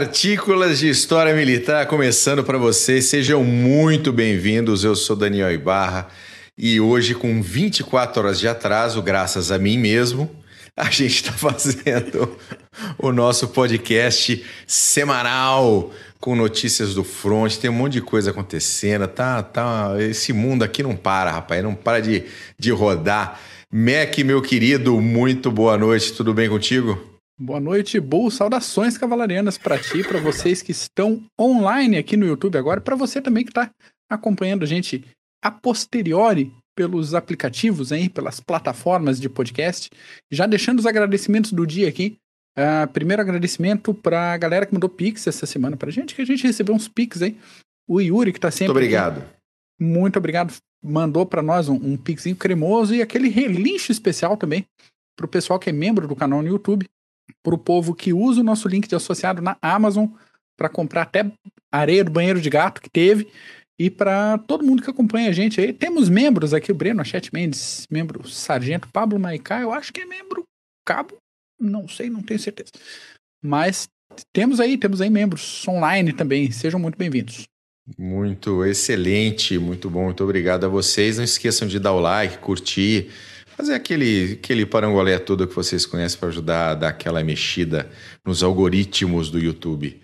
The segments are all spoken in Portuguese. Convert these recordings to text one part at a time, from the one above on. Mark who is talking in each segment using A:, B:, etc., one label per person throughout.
A: Partículas de História Militar começando para vocês. Sejam muito bem-vindos. Eu sou Daniel Ibarra e hoje, com 24 horas de atraso, graças a mim mesmo, a gente está fazendo o nosso podcast semanal com notícias do front. Tem um monte de coisa acontecendo. Esse mundo aqui não para, rapaz. Não para de rodar. Mac, meu querido, muito boa noite. Tudo bem contigo?
B: Boa noite, boas saudações cavalarianas para ti, para vocês que estão online aqui no YouTube agora, para você também que está acompanhando a gente a posteriori pelos aplicativos, hein, pelas plataformas de podcast. Já deixando os agradecimentos do dia aqui. Primeiro agradecimento para a galera que mandou Pix essa semana para a gente, que a gente recebeu uns Pix, hein. O Yuri, que está sempre...
A: Muito obrigado.
B: Aqui, muito obrigado. Mandou para nós um Pixinho cremoso e aquele relincho especial também para o pessoal que é membro do canal no YouTube. Para o povo que usa o nosso link de associado na Amazon para comprar até areia do banheiro de gato que teve, e para todo mundo que acompanha a gente aí. Temos membros aqui, o Breno Achete Mendes, membro Sargento, Pablo Maicá, eu acho que é membro Cabo, não sei, não tenho certeza. Mas temos aí membros online também, sejam muito bem-vindos.
A: Muito excelente, muito bom, muito obrigado a vocês. Não esqueçam de dar o like, curtir, fazer aquele parangolé todo que vocês conhecem para ajudar a dar aquela mexida nos algoritmos do YouTube.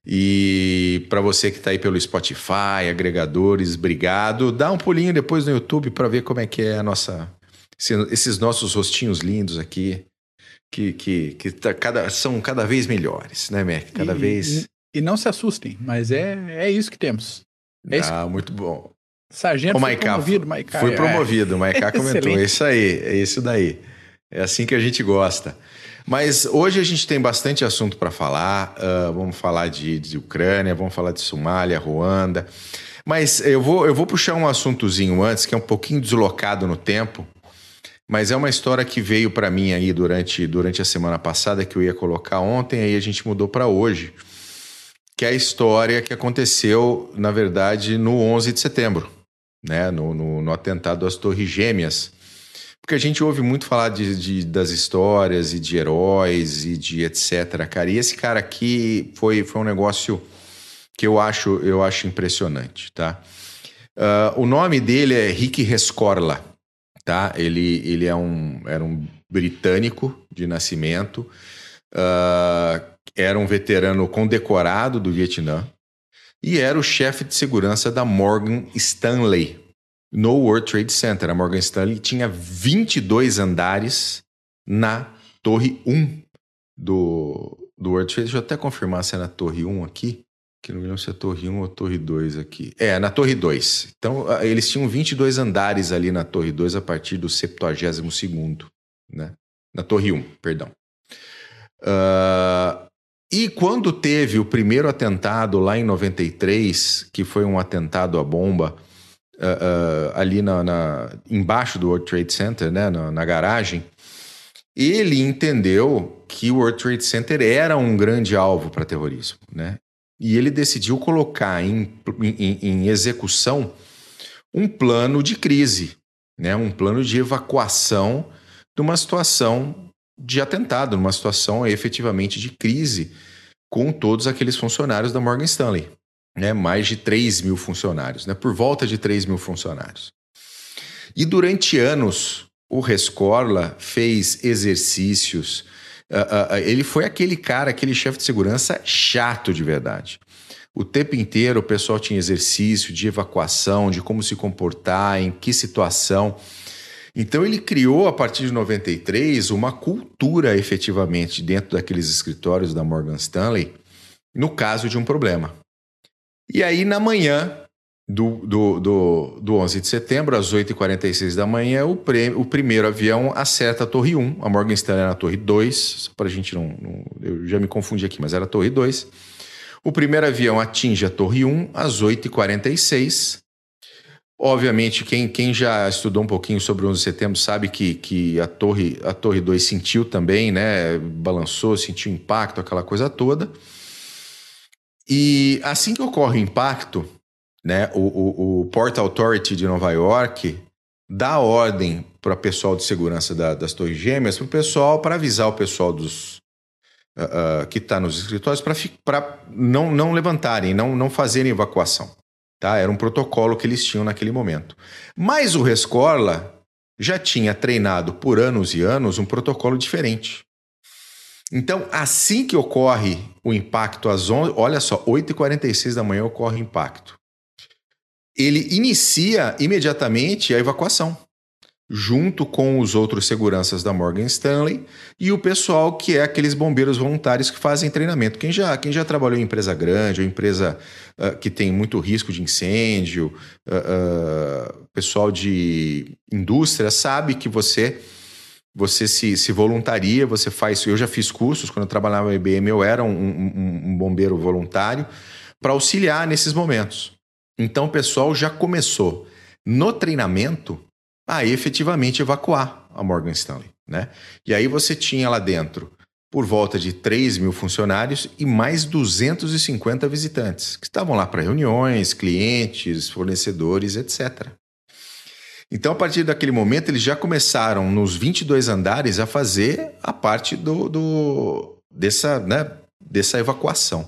A: E para você que está aí pelo Spotify, agregadores, obrigado. Dá um pulinho depois no YouTube para ver como é que é esses nossos rostinhos lindos aqui, que são cada vez melhores, né, Mac? Cada vez...
B: E não se assustem, mas é isso que temos.
A: Muito bom.
B: Sargento foi promovido, Maicá.
A: Foi promovido, Maicá comentou. É isso aí, é isso daí. É assim que a gente gosta. Mas hoje a gente tem bastante assunto para falar. Vamos falar de Ucrânia, vamos falar de Somália, Ruanda. Mas eu vou puxar um assuntozinho antes, que é um pouquinho deslocado no tempo. Mas é uma história que veio para mim aí durante a semana passada, que eu ia colocar ontem, aí a gente mudou para hoje. Que é a história que aconteceu, na verdade, no 11 de setembro. Né, no atentado às Torres Gêmeas, porque a gente ouve muito falar das histórias e de heróis e de etc, cara, e esse cara aqui foi um negócio que eu acho impressionante, tá? O nome dele é Rick Rescorla, tá? Ele era um britânico de nascimento, era um veterano condecorado do Vietnã, e era o chefe de segurança da Morgan Stanley no World Trade Center. A Morgan Stanley tinha 22 andares na Torre 1 do World Trade. Deixa eu até confirmar se é na Torre 1 aqui, que não me lembro se é Torre 1 ou Torre 2 aqui. É, na Torre 2. Então, eles tinham 22 andares ali na Torre 2 a partir do 72º, né? Na Torre 1, perdão. E quando teve o primeiro atentado lá em 93, que foi um atentado à bomba ali embaixo do World Trade Center, né, na garagem, ele entendeu que o World Trade Center era um grande alvo para terrorismo, né? E ele decidiu colocar em execução um plano de crise, né, um plano de evacuação de uma situação de atentado, numa situação efetivamente de crise, com todos aqueles funcionários da Morgan Stanley, né? Mais de 3 mil funcionários, né? Por volta de 3 mil funcionários. E durante anos, o Rescorla fez exercícios. Ele foi aquele chefe de segurança chato de verdade. O tempo inteiro o pessoal tinha exercício de evacuação, de como se comportar, em que situação. Então ele criou, a partir de 93, uma cultura efetivamente dentro daqueles escritórios da Morgan Stanley no caso de um problema. E aí na manhã do 11 de setembro, às 8h46 da manhã, o primeiro avião acerta a Torre 1, a Morgan Stanley era na Torre 2, só para a gente não... Eu já me confundi aqui, mas era a Torre 2. O primeiro avião atinge a Torre 1 às 8h46. Obviamente, quem já estudou um pouquinho sobre o 11 de setembro sabe que a Torre 2 sentiu também, né? Balançou, sentiu impacto, aquela coisa toda. E assim que ocorre o impacto, né, o Port Authority de Nova York dá ordem para o pessoal de segurança das Torres Gêmeas, para avisar o pessoal que está nos escritórios para não levantarem, não fazerem evacuação. Tá? Era um protocolo que eles tinham naquele momento. Mas o Rescorla já tinha treinado por anos e anos um protocolo diferente. Então, assim que ocorre o impacto às 11, olha só, 8h46 da manhã ocorre o impacto. Ele inicia imediatamente a evacuação, junto com os outros seguranças da Morgan Stanley e o pessoal que é aqueles bombeiros voluntários que fazem treinamento. Quem já trabalhou em empresa grande ou empresa que tem muito risco de incêndio, pessoal de indústria, sabe que você se voluntaria, você faz... Eu já fiz cursos, quando eu trabalhava na IBM, eu era um bombeiro voluntário para auxiliar nesses momentos. Então o pessoal já começou no treinamento a efetivamente evacuar a Morgan Stanley, né? E aí você tinha lá dentro por volta de 3.000 funcionários e mais 250 visitantes, que estavam lá para reuniões, clientes, fornecedores, etc. Então, a partir daquele momento, eles já começaram nos 22 andares a fazer a parte dessa evacuação.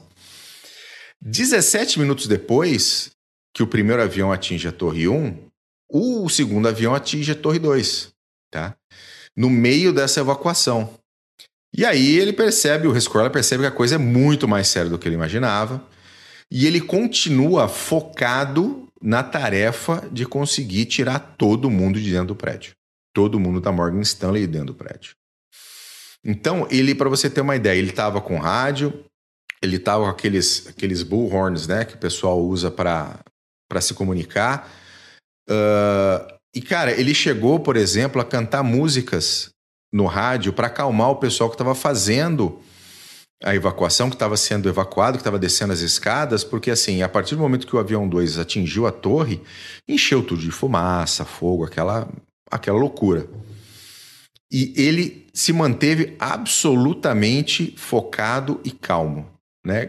A: 17 minutos depois que o primeiro avião atinge a Torre 1, o segundo avião atinge a Torre 2, tá? No meio dessa evacuação. E aí o Rescorla percebe que a coisa é muito mais séria do que ele imaginava, e ele continua focado na tarefa de conseguir tirar todo mundo de dentro do prédio. Todo mundo da Morgan Stanley dentro do prédio. Então, para você ter uma ideia, ele estava com rádio, ele estava com aqueles bullhorns, né, que o pessoal usa para se comunicar. E, cara, ele chegou, por exemplo, a cantar músicas no rádio para acalmar o pessoal que estava fazendo a evacuação, que estava sendo evacuado, que estava descendo as escadas, porque, assim, a partir do momento que o avião 2 atingiu a torre, encheu tudo de fumaça, fogo, aquela loucura. E ele se manteve absolutamente focado e calmo, né?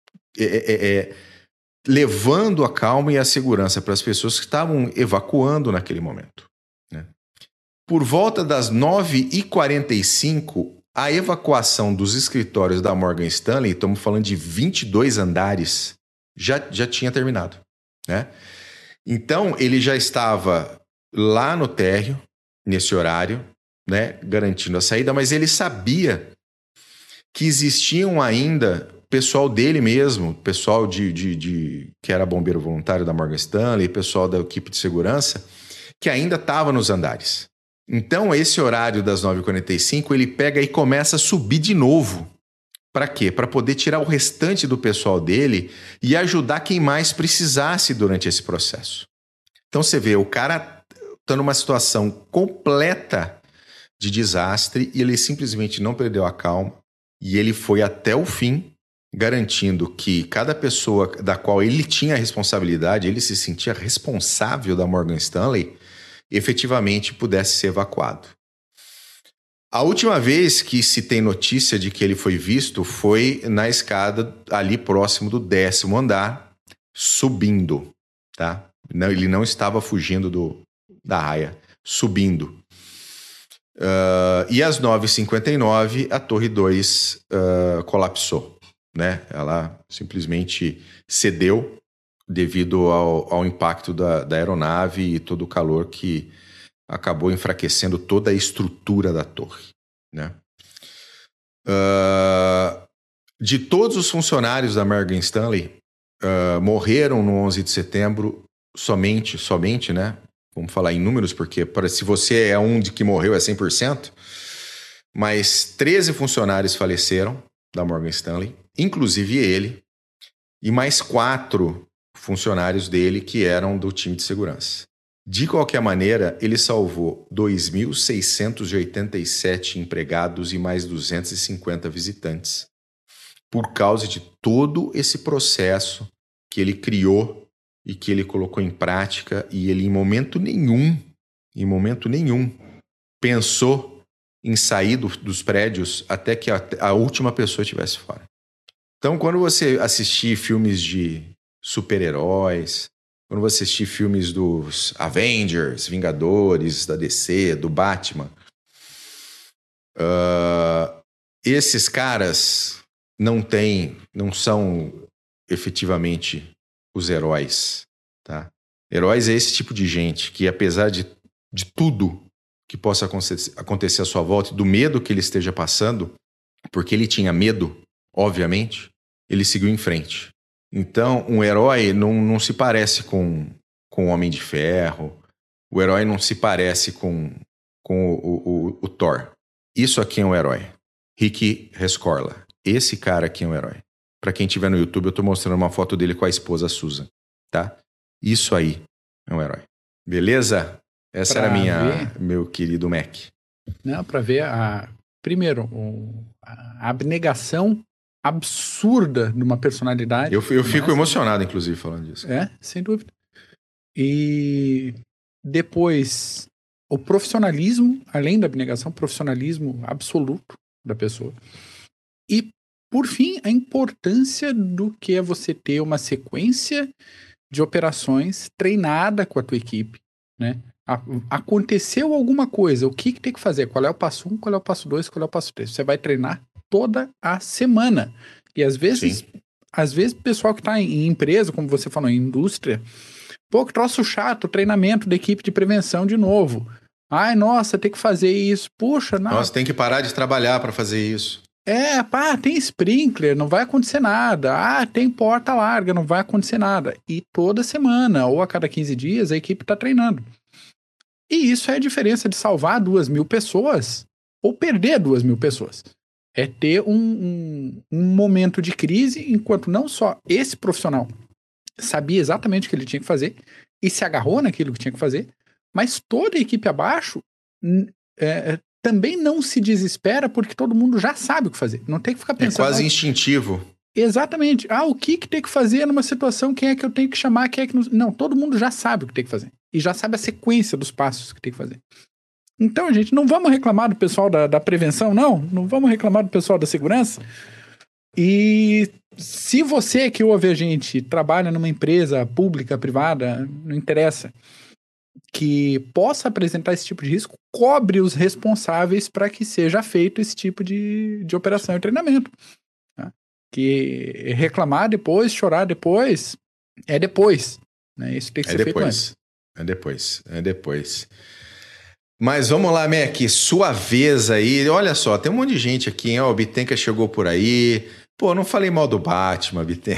A: Levando a calma e a segurança para as pessoas que estavam evacuando naquele momento, né? Por volta das 9h45, a evacuação dos escritórios da Morgan Stanley, estamos falando de 22 andares, já tinha terminado, né? Então, ele já estava lá no térreo, nesse horário, né, garantindo a saída, mas ele sabia que existiam ainda pessoal dele mesmo, pessoal que era bombeiro voluntário da Morgan Stanley, pessoal da equipe de segurança, que ainda estava nos andares. Então, esse horário das 9h45, ele pega e começa a subir de novo. Para quê? Para poder tirar o restante do pessoal dele e ajudar quem mais precisasse durante esse processo. Então, você vê, o cara está numa situação completa de desastre e ele simplesmente não perdeu a calma e ele foi até o fim, garantindo que cada pessoa da qual ele tinha a responsabilidade, ele se sentia responsável da Morgan Stanley, efetivamente pudesse ser evacuado. A última vez que se tem notícia de que ele foi visto foi na escada ali próximo do 10º andar, subindo, tá? Não, ele não estava fugindo da raia, subindo. E às 9h59 a Torre 2 colapsou, né? Ela simplesmente cedeu devido ao impacto da aeronave e todo o calor que acabou enfraquecendo toda a estrutura da torre, né? De todos os funcionários da Morgan Stanley, morreram no 11 de setembro somente, né? Vamos falar em números, porque se você é um de que morreu é 100%, mas 13 funcionários faleceram da Morgan Stanley, inclusive ele, e mais 4 funcionários dele que eram do time de segurança. De qualquer maneira, ele salvou 2.687 empregados e mais 250 visitantes, por causa de todo esse processo que ele criou e que ele colocou em prática, e ele em momento nenhum, pensou em sair dos prédios até que a última pessoa estivesse fora. Então, quando você assistir filmes de super-heróis, quando você assistir filmes dos Avengers, Vingadores, da DC, do Batman, esses caras não são efetivamente os heróis, tá? Heróis é esse tipo de gente que, apesar de tudo que possa acontecer à sua volta, do medo que ele esteja passando, porque ele tinha medo, obviamente, ele seguiu em frente. Então, um herói não se parece com o Homem de Ferro, o herói não se parece com o Thor. Isso aqui é um herói. Rick Rescorla. Esse cara aqui é um herói. Para quem estiver no YouTube, eu tô mostrando uma foto dele com a esposa Susan, tá? Isso aí é um herói. Beleza? Essa era meu querido Mac.
B: Não, para ver primeiro, a abnegação absurda de uma personalidade.
A: Eu fico emocionado, inclusive, falando disso.
B: Sem dúvida. E depois, o profissionalismo, além da abnegação, profissionalismo absoluto da pessoa. E, por fim, a importância do que é você ter uma sequência de operações treinada com a tua equipe, né? Aconteceu alguma coisa, o que tem que fazer? Qual é o passo 1, qual é o passo 2, qual é o passo 3? Você vai treinar toda a semana. E às vezes o pessoal que está em empresa, como você falou, em indústria, pô, que troço chato, treinamento da equipe de prevenção de novo. Ai, nossa, tem que fazer isso. Puxa, não.
A: Nossa, tem que parar de trabalhar para fazer isso.
B: Tem sprinkler, não vai acontecer nada. Tem porta larga, não vai acontecer nada. E toda semana, ou a cada 15 dias, a equipe está treinando. E isso é a diferença de salvar 2.000 pessoas ou perder 2.000 pessoas. É ter um momento de crise, enquanto não só esse profissional sabia exatamente o que ele tinha que fazer e se agarrou naquilo que tinha que fazer, mas toda a equipe abaixo também não se desespera porque todo mundo já sabe o que fazer. Não tem que ficar pensando...
A: É quase instintivo.
B: Exatamente. O que tem que fazer numa situação? Quem é que eu tenho que chamar? Quem é que não... Não, todo mundo já sabe o que tem que fazer. E já sabe a sequência dos passos que tem que fazer. Então, gente, não vamos reclamar do pessoal da prevenção, não. Não vamos reclamar do pessoal da segurança. E se você que ouve a gente trabalha numa empresa pública, privada, não interessa, que possa apresentar esse tipo de risco, cobre os responsáveis para que seja feito esse tipo de operação e treinamento. Tá? Que reclamar depois, chorar depois, é depois. Né? Isso tem que ser feito antes.
A: É depois. Mas vamos lá, Mac, sua vez aí. Olha só, tem um monte de gente aqui, hein? O Bitenca chegou por aí. Pô, não falei mal do Batman, Bitenca.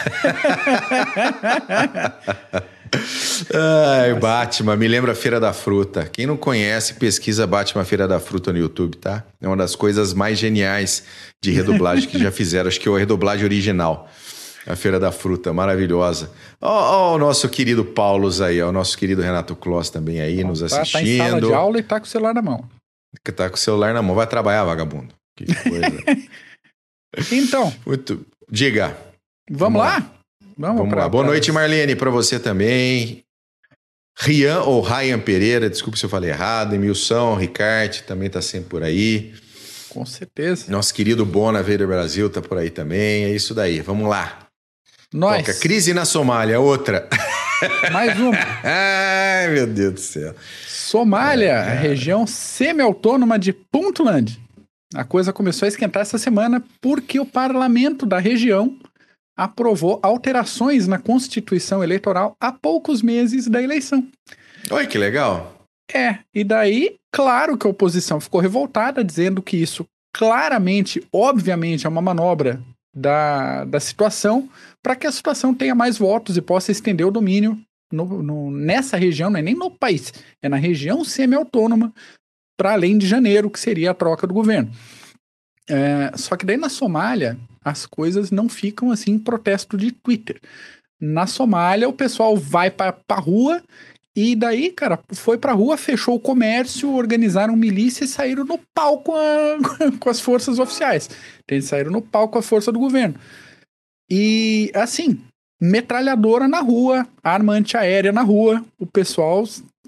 A: Batman, me lembra a Feira da Fruta. Quem não conhece, pesquisa Batman Feira da Fruta no YouTube, tá? É uma das coisas mais geniais de redublagem que já fizeram. Acho que é a redublagem original. A Feira da Fruta, maravilhosa. O nosso querido Paulos aí, o nosso querido Renato Kloss também aí, nos assistindo.
B: Tá em sala de aula e tá com o celular na mão.
A: Tá com o celular na mão. Vai trabalhar, vagabundo. Que coisa.
B: Então.
A: Diga.
B: Vamos lá?
A: Vamos lá. Boa noite, Marlene, para você também. Ryan Pereira, desculpe se eu falei errado. Emilson, Ricarte também tá sempre por aí.
B: Com certeza.
A: Nosso querido Bona Vader Brasil tá por aí também. É isso daí. Vamos lá.
B: Nós.
A: Crise na Somália, outra.
B: Mais uma.
A: Ai, meu Deus do céu.
B: Somália, região semi-autônoma de Puntland. A coisa começou a esquentar essa semana porque o parlamento da região aprovou alterações na Constituição Eleitoral há poucos meses da eleição.
A: Olha que legal.
B: E daí, claro que a oposição ficou revoltada, dizendo que isso claramente, obviamente, é uma manobra da situação para que a situação tenha mais votos e possa estender o domínio nessa região, não é nem no país, é na região semi-autônoma, para além de janeiro, que seria a troca do governo. Só que daí na Somália, as coisas não ficam assim em protesto de Twitter. Na Somália, o pessoal vai para a rua e daí, cara, foi pra rua, fechou o comércio, organizaram milícia e saíram no pau com as forças oficiais. Eles saíram no pau com a força do governo. E, assim, metralhadora na rua, arma antiaérea na rua, o pessoal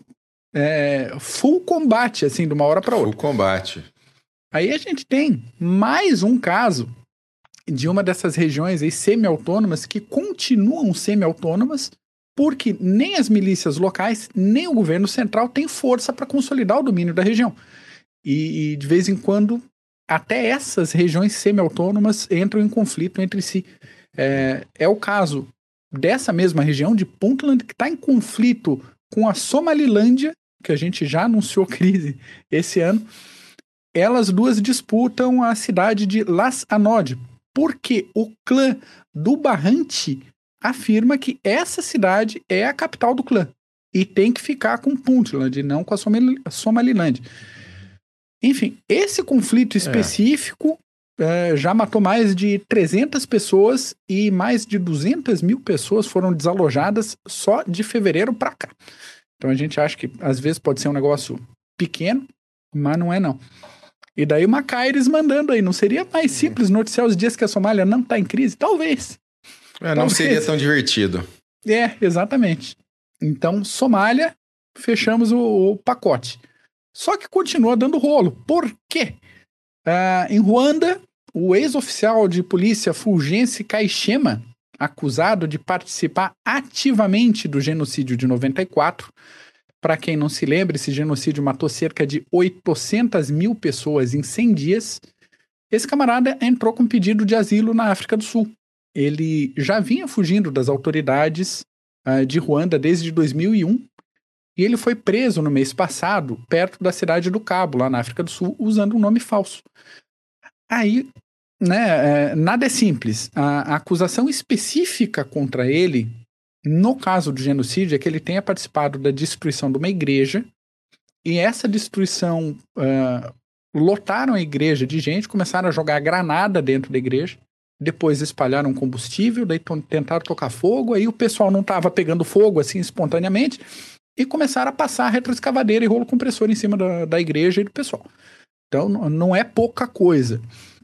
B: full combate, assim, de uma hora para outra.
A: Full combate.
B: Aí a gente tem mais um caso de uma dessas regiões aí semi-autônomas que continuam semi-autônomas porque nem as milícias locais, nem o governo central tem força para consolidar o domínio da região. E de vez em quando até essas regiões semi-autônomas entram em conflito entre si. É o caso dessa mesma região de Puntland, que está em conflito com a Somalilândia, que a gente já anunciou crise esse ano. Elas duas disputam a cidade de Las Anod, porque o clã do Barranti afirma que essa cidade é a capital do clã e tem que ficar com Puntland e não com a Somalilândia. Enfim, esse conflito específico já matou mais de 300 pessoas e mais de 200 mil pessoas foram desalojadas só de fevereiro para cá. Então a gente acha que às vezes pode ser um negócio pequeno, mas não é não. E daí o Macaires mandando aí, não seria mais simples noticiar os dias que a Somália não está em crise? Talvez.
A: Não seria tão divertido.
B: Exatamente. Então, Somália, fechamos o pacote. Só que continua dando rolo. Por quê? Em Ruanda, o ex-oficial de polícia Fulgence Kayishema, acusado de participar ativamente do genocídio de 94, para quem não se lembra, esse genocídio matou cerca de 800 mil pessoas em 100 dias. Esse camarada entrou com pedido de asilo na África do Sul. Ele já vinha fugindo das autoridades de Ruanda desde 2001 e ele foi preso no mês passado, perto da cidade do Cabo, lá na África do Sul, usando um nome falso. Aí, nada é simples. A acusação específica contra ele, no caso do genocídio, é que ele tenha participado da destruição de uma igreja, e essa destruição lotaram a igreja de gente, começaram a jogar granada dentro da igreja, depois espalharam combustível, daí tentaram tocar fogo, aí o pessoal não estava pegando fogo assim espontaneamente, e começaram a passar retroescavadeira e rolo compressor em cima da igreja e do pessoal. Então não é pouca coisa.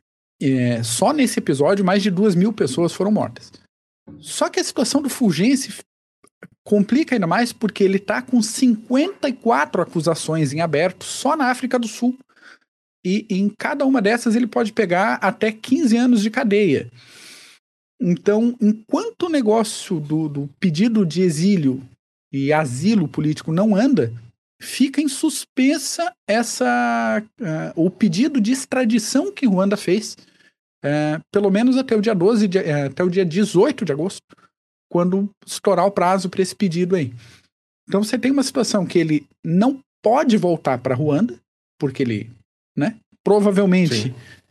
B: Só nesse episódio, mais de 2.000 pessoas foram mortas. Só que a situação do Fulgence complica ainda mais porque ele está com 54 acusações em aberto só na África do Sul. E em cada uma dessas ele pode pegar até 15 anos de cadeia. Então, enquanto o negócio do pedido de exílio e asilo político não anda, fica em suspensa o pedido de extradição que Ruanda fez, pelo menos até o dia 12, até o dia 18 de agosto, quando estourar o prazo para esse pedido aí. Então você tem uma situação que ele não pode voltar para Ruanda, porque ele, provavelmente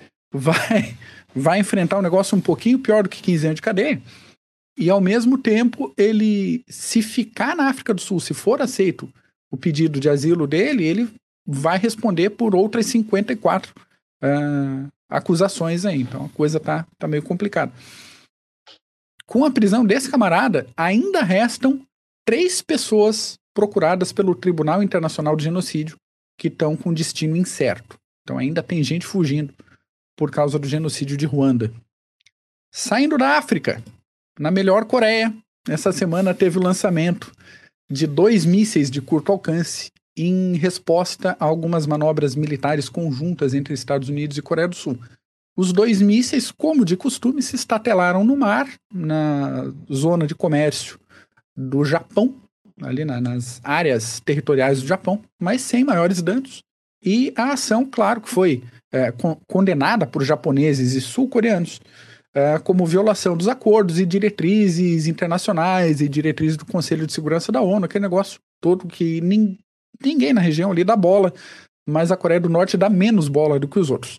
B: vai enfrentar um negócio um pouquinho pior do que 15 anos de cadeia, e ao mesmo tempo ele, se ficar na África do Sul, se for aceito o pedido de asilo dele, ele vai responder por outras 54 acusações aí. Então a coisa tá meio complicada. Com a prisão desse camarada, ainda restam 3 pessoas procuradas pelo Tribunal Internacional de Genocídio que estão com destino incerto. Então ainda tem gente fugindo por causa do genocídio de Ruanda. Saindo da África, na melhor Coreia, essa semana teve o lançamento de 2 mísseis de curto alcance em resposta a algumas manobras militares conjuntas entre Estados Unidos e Coreia do Sul. Os 2 mísseis, como de costume, se estatelaram no mar, na zona de comércio do Japão, ali nas áreas territoriais do Japão, mas sem maiores danos. E a ação, claro, que foi condenada por japoneses e sul-coreanos como violação dos acordos e diretrizes internacionais e diretrizes do Conselho de Segurança da ONU, aquele negócio todo que ninguém na região ali dá bola, mas a Coreia do Norte dá menos bola do que os outros.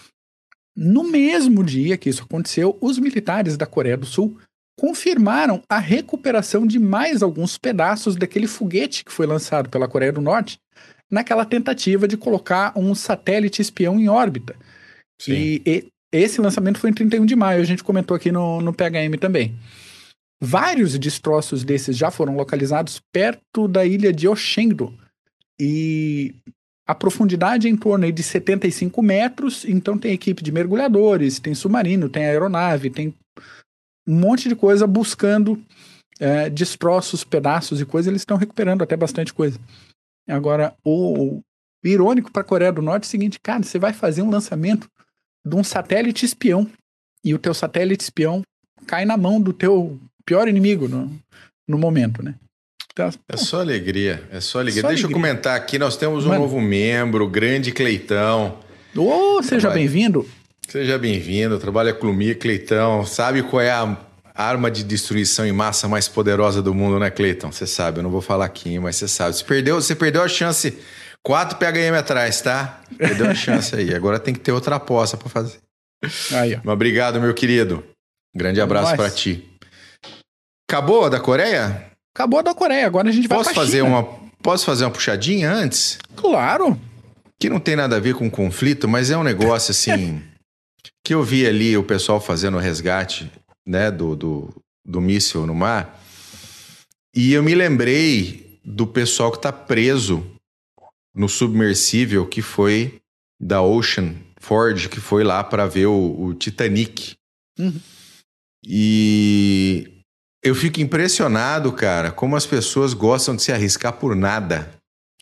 B: No mesmo dia que isso aconteceu, os militares da Coreia do Sul confirmaram a recuperação de mais alguns pedaços daquele foguete que foi lançado pela Coreia do Norte naquela tentativa de colocar um satélite espião em órbita. Sim. E esse lançamento foi em 31 de maio, a gente comentou aqui no PHM também. Vários destroços desses já foram localizados perto da ilha de Oshendo, e a profundidade é em torno de 75 metros, então tem equipe de mergulhadores, tem submarino, tem aeronave, tem um monte de coisa buscando destroços, pedaços e coisas, eles estão recuperando até bastante coisa. Agora, o irônico para a Coreia do Norte é o seguinte, cara, você vai fazer um lançamento de um satélite espião, e o teu satélite espião cai na mão do teu pior inimigo no momento, né? Então,
A: é só alegria, é só alegria. Deixa eu comentar aqui, nós temos um novo membro, o grande Cleitão.
B: Ô, seja bem-vindo.
A: Seja bem-vindo, trabalha comigo, Cleitão. Sabe qual é a arma de destruição em massa mais poderosa do mundo, né, Cleiton? Você sabe, eu não vou falar aqui, mas você sabe. Você perdeu a chance 4 PHM atrás, tá? Perdeu a chance aí. Agora tem que ter outra aposta pra fazer.
B: Aí, ó.
A: Mas obrigado, meu querido. Grande abraço pra ti. Acabou a da Coreia?
B: Acabou a da Coreia, agora a gente vai pra China.
A: Posso fazer uma puxadinha antes?
B: Claro.
A: Que não tem nada a ver com conflito, mas é um negócio assim... que eu vi ali o pessoal fazendo o resgate, né, do míssil no mar, e eu me lembrei do pessoal que está preso no submersível que foi da Ocean Forge, que foi lá para ver o Titanic.
B: Uhum.
A: E eu fico impressionado, cara, como as pessoas gostam de se arriscar por nada.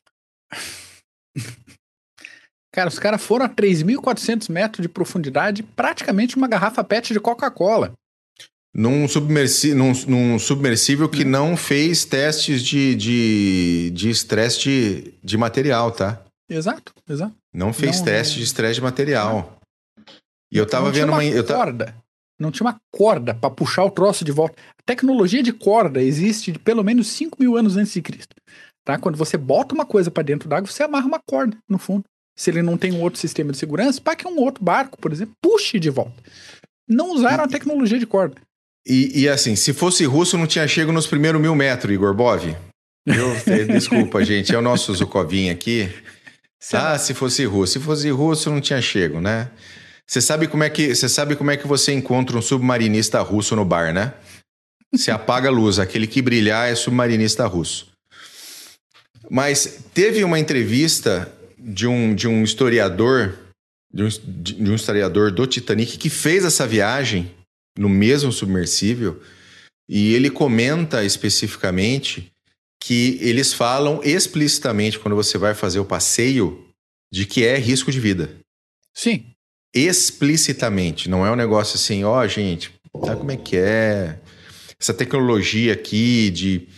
B: Cara, os caras foram a 3.400 metros de profundidade, praticamente uma garrafa PET de Coca-Cola.
A: Num submersível que não fez testes de estresse de material, tá?
B: Exato.
A: Não fez teste de estresse de material. E eu tava vendo uma
B: corda. Não tinha uma corda para puxar o troço de volta. A tecnologia de corda existe de pelo menos 5.000 anos antes de Cristo. Tá? Quando você bota uma coisa para dentro d'água, você amarra uma corda no fundo. Se ele não tem um outro sistema de segurança, para que um outro barco, por exemplo, puxe de volta. Não usaram a tecnologia de corda.
A: E assim, se fosse russo, não tinha chego nos primeiros 1.000 metros, Igor Bov. Desculpa, gente, é o nosso Zucovinho aqui. Se fosse russo, não tinha chego, né? Você sabe como é que você encontra um submarinista russo no bar, né? Você apaga a luz, aquele que brilhar é submarinista russo. Mas teve uma entrevista de um historiador, de um historiador do Titanic que fez essa viagem no mesmo submersível, e ele comenta especificamente que eles falam explicitamente quando você vai fazer o passeio de que é risco de vida.
B: Sim.
A: Explicitamente, não é um negócio assim, gente, sabe como é que é? Essa tecnologia aqui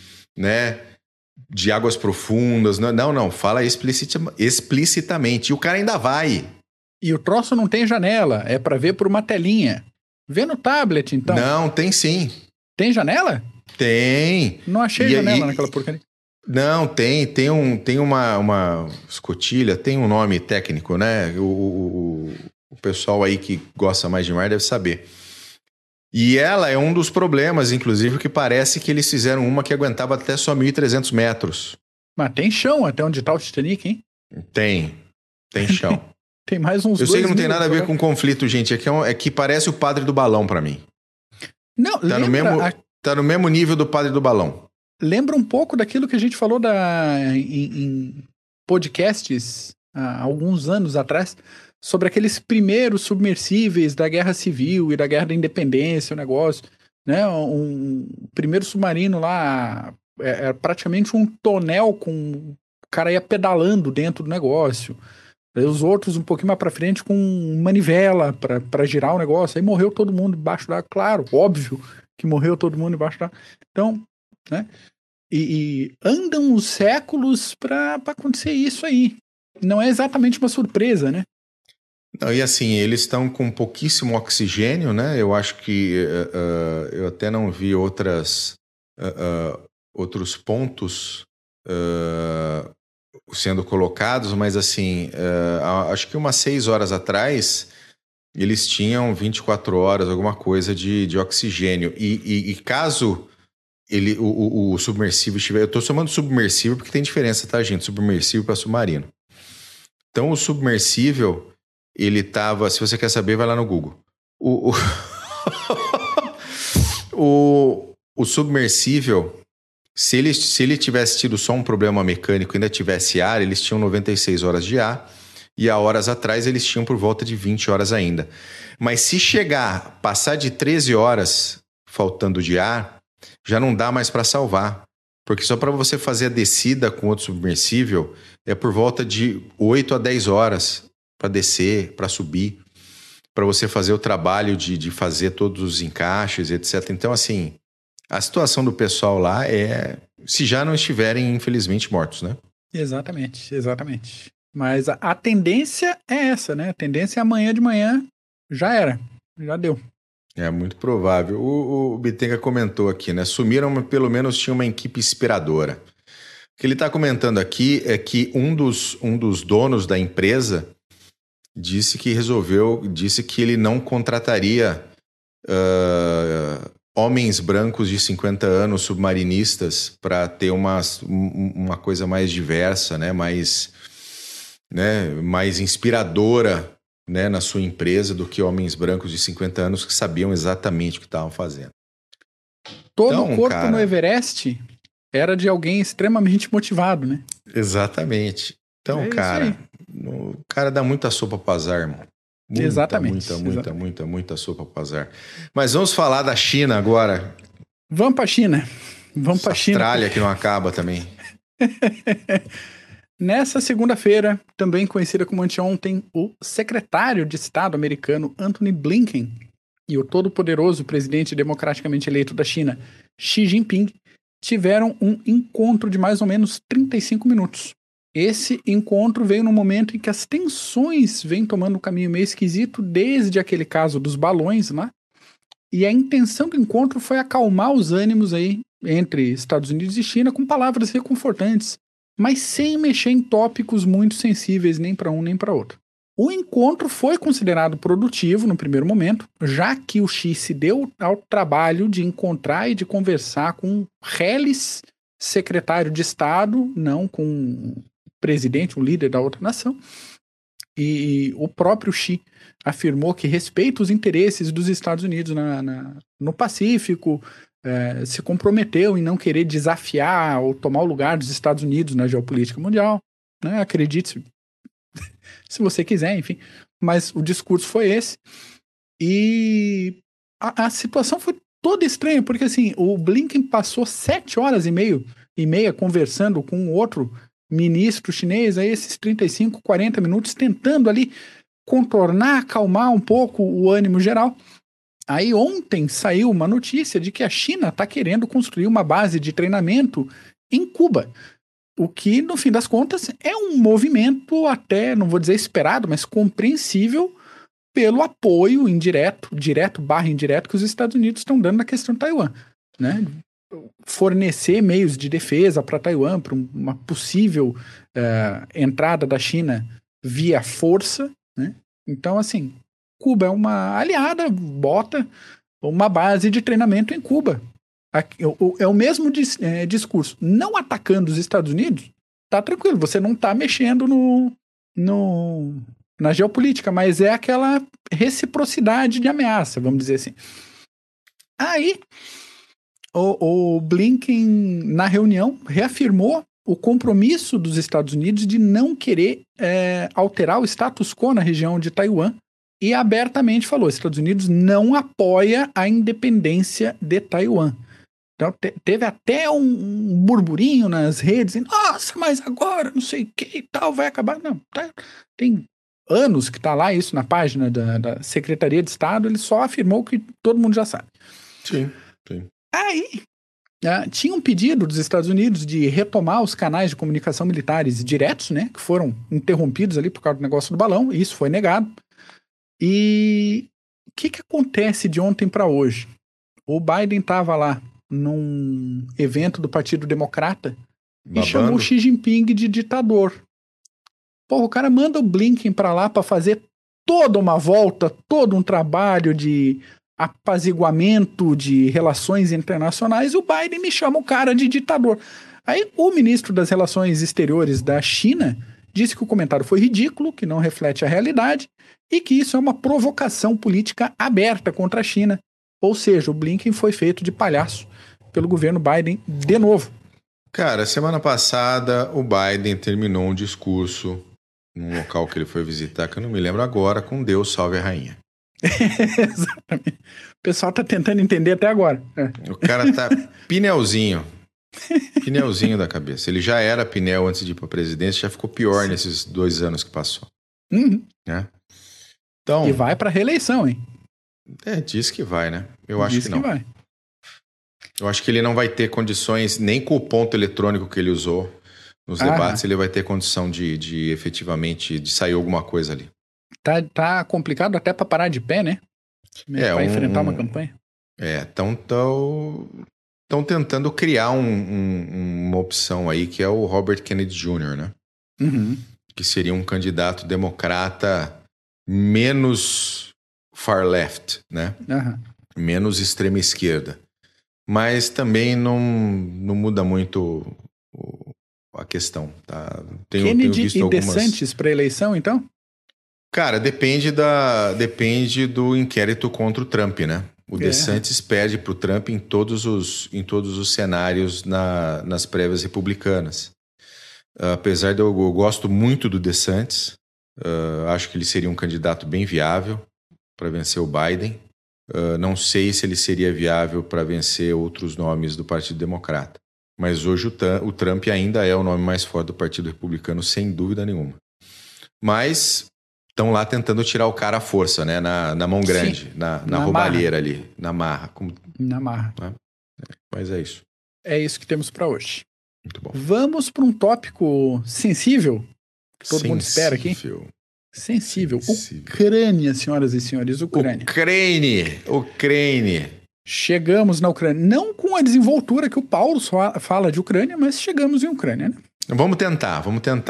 A: de águas profundas, não, fala explicitamente. E o cara ainda vai.
B: E o troço não tem janela, é para ver por uma telinha. Vê no tablet, então.
A: Não, tem sim.
B: Tem janela?
A: Tem.
B: Não achei janela naquela porcaria.
A: Não, tem uma escotilha, tem um nome técnico, né? O pessoal aí que gosta mais de mar deve saber. E ela é um dos problemas, inclusive, que parece que eles fizeram uma que aguentava até só 1.300 metros.
B: Mas tem chão até onde tá o Titanic, hein? Tem
A: chão.
B: Tem mais uns 2.000.
A: Eu sei que não tem nada a ver com conflito, gente. É que parece o padre do balão pra mim.
B: Não,
A: tá no mesmo nível do padre do balão.
B: Lembra um pouco daquilo que a gente falou em podcasts há alguns anos atrás, sobre aqueles primeiros submersíveis da Guerra Civil e da Guerra da Independência, o negócio, né? Um primeiro submarino lá era praticamente um tonel com o cara ia pedalando dentro do negócio. Os outros um pouquinho mais pra frente com manivela pra girar o negócio. Aí morreu todo mundo embaixo d'água. Claro, óbvio que morreu todo mundo embaixo d'água. Então, né? E andam os séculos pra acontecer isso aí. Não é exatamente uma surpresa, né?
A: Não, e assim, eles estão com pouquíssimo oxigênio, né? Eu acho que eu até não vi outros pontos sendo colocados, mas assim, acho que umas 6 horas atrás eles tinham 24 horas, alguma coisa de oxigênio. E caso o submersível estiver... Eu estou chamando de submersível porque tem diferença, tá, gente? Submersível para submarino. Então, o submersível... Ele estava, se você quer saber, vai lá no Google. O submersível, se ele tivesse tido só um problema mecânico e ainda tivesse ar, eles tinham 96 horas de ar, e há horas atrás eles tinham por volta de 20 horas ainda. Mas se passar de 13 horas faltando de ar, já não dá mais para salvar. Porque só para você fazer a descida com outro submersível é por volta de 8 a 10 horas para descer, para subir, para você fazer o trabalho de fazer todos os encaixes, etc. Então, assim, a situação do pessoal lá é... Se já não estiverem, infelizmente, mortos, né?
B: Exatamente. Mas a tendência é essa, né? A tendência é amanhã de manhã já era, já deu.
A: É muito provável. O Bittenga comentou aqui, né? Sumiram, mas pelo menos tinha uma equipe inspiradora. O que ele está comentando aqui é que um dos donos da empresa disse que ele não contrataria homens brancos de 50 anos, submarinistas, para ter uma coisa mais diversa, né? Mais inspiradora, né, na sua empresa do que homens brancos de 50 anos que sabiam exatamente o que estavam fazendo.
B: Todo o corpo no Everest era de alguém extremamente motivado, né?
A: Exatamente. Então, o cara dá muita sopa para azar, irmão. Muita sopa para azar. Mas vamos falar da China agora.
B: Vamos para a China. Vamos para a China.
A: Austrália que não acaba também.
B: Nessa segunda-feira, também conhecida como anteontem, o secretário de Estado americano Antony Blinken e o todo-poderoso presidente democraticamente eleito da China, Xi Jinping, tiveram um encontro de mais ou menos 35 minutos. Esse encontro veio no momento em que as tensões vêm tomando um caminho meio esquisito desde aquele caso dos balões, né? E a intenção do encontro foi acalmar os ânimos aí entre Estados Unidos e China com palavras reconfortantes, mas sem mexer em tópicos muito sensíveis nem para um nem para outro. O encontro foi considerado produtivo no primeiro momento, já que o Xi se deu ao trabalho de encontrar e de conversar com Helis, secretário de Estado, não com o presidente, um líder da outra nação. E o próprio Xi afirmou que respeita os interesses dos Estados Unidos no Pacífico, se comprometeu em não querer desafiar ou tomar o lugar dos Estados Unidos na geopolítica mundial, né? Acredite se você quiser, enfim. Mas o discurso foi esse. E a situação foi toda estranha, porque assim, o Blinken passou 7 horas e meia conversando com outro ministro chinês, aí esses 35, 40 minutos, tentando ali contornar, acalmar um pouco o ânimo geral. Aí ontem saiu uma notícia de que a China está querendo construir uma base de treinamento em Cuba, o que, no fim das contas, é um movimento até, não vou dizer esperado, mas compreensível pelo apoio direto/indireto que os Estados Unidos estão dando na questão de Taiwan, né? Fornecer meios de defesa para Taiwan, para uma possível entrada da China via força, né? Então, assim, Cuba é uma aliada, bota uma base de treinamento em Cuba. É o mesmo discurso. Não atacando os Estados Unidos, tá tranquilo, você não tá mexendo na geopolítica, mas é aquela reciprocidade de ameaça, vamos dizer assim. Aí, o Blinken, na reunião, reafirmou o compromisso dos Estados Unidos de não querer alterar o status quo na região de Taiwan e abertamente falou: os Estados Unidos não apoia a independência de Taiwan. Então, teve até um burburinho nas redes, nossa, mas agora não sei o que e tal, vai acabar. Não, tem anos que tá lá isso na página da Secretaria de Estado, ele só afirmou que todo mundo já sabe.
A: Sim.
B: Aí, tinha um pedido dos Estados Unidos de retomar os canais de comunicação militares diretos, né, que foram interrompidos ali por causa do negócio do balão, e isso foi negado. E o que acontece de ontem para hoje? O Biden estava lá num evento do Partido Democrata e chamou Xi Jinping de ditador. Pô, o cara manda o Blinken para lá para fazer toda uma volta, todo um trabalho de apaziguamento de relações internacionais, e o Biden me chama o cara de ditador. Aí o ministro das Relações Exteriores da China disse que o comentário foi ridículo, que não reflete a realidade e que isso é uma provocação política aberta contra a China. Ou seja, o Blinken foi feito de palhaço pelo governo Biden de novo.
A: Cara, semana passada o Biden terminou um discurso num local que ele foi visitar, que eu não me lembro agora, com Deus salve a rainha.
B: Exatamente. O pessoal tá tentando entender até agora.
A: O cara tá pneuzinho da cabeça. Ele já era pneu antes de ir pra presidência, já ficou pior nesses 2 anos que passou.
B: Uhum.
A: Né? Então,
B: e vai pra reeleição, hein?
A: Diz que vai, né? Eu acho que não.
B: Vai.
A: Eu acho que ele não vai ter condições, nem com o ponto eletrônico que ele usou, nos debates, ele vai ter condição de efetivamente de sair alguma coisa ali.
B: Tá complicado até para parar de pé, né? Para enfrentar uma campanha.
A: Estão tentando criar uma opção aí, que é o Robert Kennedy Jr., né?
B: Uhum.
A: Que seria um candidato democrata menos far left, né?
B: Uhum.
A: Menos extrema esquerda. Mas também não muda muito a questão, tá?
B: Kennedy
A: tenho visto
B: e
A: algumas...
B: DeSantis para eleição, então?
A: Cara, depende do inquérito contra o Trump, né? O DeSantis perde para o Trump em todos os cenários nas prévias republicanas. Apesar de eu gosto muito do DeSantis, acho que ele seria um candidato bem viável para vencer o Biden. Não sei se ele seria viável para vencer outros nomes do Partido Democrata. Mas hoje o Trump ainda é o nome mais forte do Partido Republicano, sem dúvida nenhuma. Mas estão lá tentando tirar o cara à força, né? Na mão grande, na roubalheira ali, na marra.
B: Na marra.
A: Né? Mas é isso.
B: É isso que temos para hoje.
A: Muito bom.
B: Vamos para um tópico sensível, que todo mundo espera aqui. Sensível. Ucrânia, senhoras e senhores, Ucrânia.
A: Ucrânia.
B: Chegamos na Ucrânia. Não com a desenvoltura que o Paulo fala de Ucrânia, mas chegamos em Ucrânia, né?
A: Vamos tentar.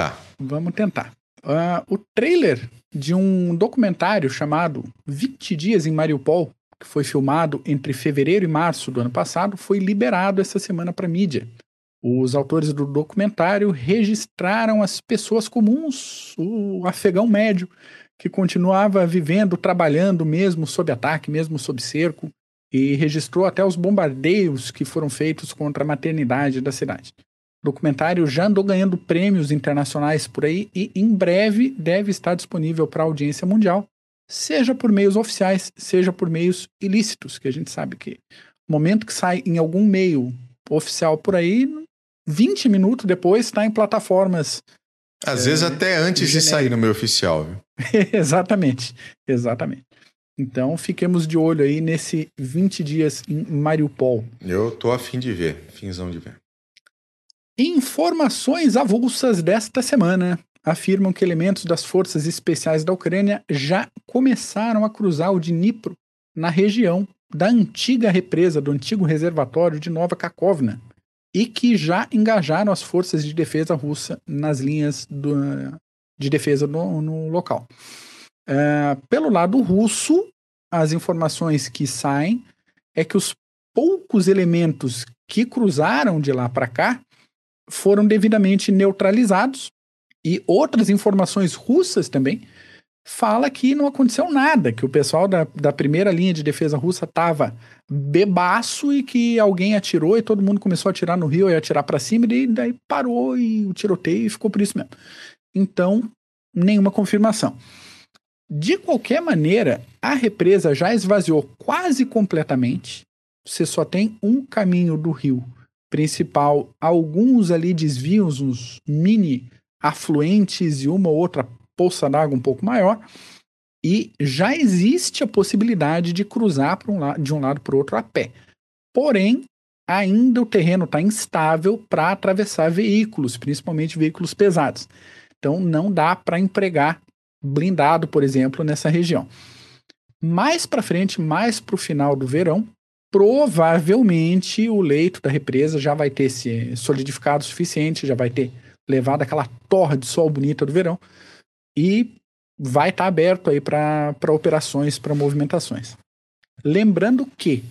B: O trailer de um documentário chamado 20 Dias em Mariupol, que foi filmado entre fevereiro e março do ano passado, foi liberado essa semana para mídia. Os autores do documentário registraram as pessoas comuns, o afegão médio, que continuava vivendo, trabalhando mesmo sob ataque, mesmo sob cerco, e registrou até os bombardeios que foram feitos contra a maternidade da cidade. O documentário já andou ganhando prêmios internacionais por aí e em breve deve estar disponível para audiência mundial, seja por meios oficiais, seja por meios ilícitos, que a gente sabe que no momento que sai em algum meio oficial por aí, 20 minutos depois está em plataformas.
A: Às vezes até antes de sair no meio oficial. Viu?
B: Exatamente. Então fiquemos de olho aí nesse 20 dias em Mariupol.
A: Eu tô a finzão de ver.
B: Informações avulsas desta semana afirmam que elementos das forças especiais da Ucrânia já começaram a cruzar o Dnipro na região da antiga represa, do antigo reservatório de Nova Kakhovka, e que já engajaram as forças de defesa russa nas linhas de defesa no local. Pelo lado russo, as informações que saem é que os poucos elementos que cruzaram de lá para cá foram devidamente neutralizados, e outras informações russas também fala que não aconteceu nada, que o pessoal da primeira linha de defesa russa estava bebaço e que alguém atirou e todo mundo começou a atirar no rio e atirar para cima e daí parou e o tiroteio ficou por isso mesmo. Então, nenhuma confirmação. De qualquer maneira, a represa já esvaziou quase completamente. Você só tem um caminho do rio principal, alguns ali desvios, uns mini afluentes e uma ou outra poça d'água um pouco maior, e já existe a possibilidade de cruzar de um lado para o outro a pé. Porém, ainda o terreno está instável para atravessar veículos, principalmente veículos pesados. Então não dá para empregar blindado, por exemplo, nessa região. Mais para frente, mais para o final do verão, provavelmente o leito da represa já vai ter se solidificado o suficiente, já vai ter levado aquela torre de sol bonita do verão e vai estar aberto aí para operações, para movimentações. Lembrando que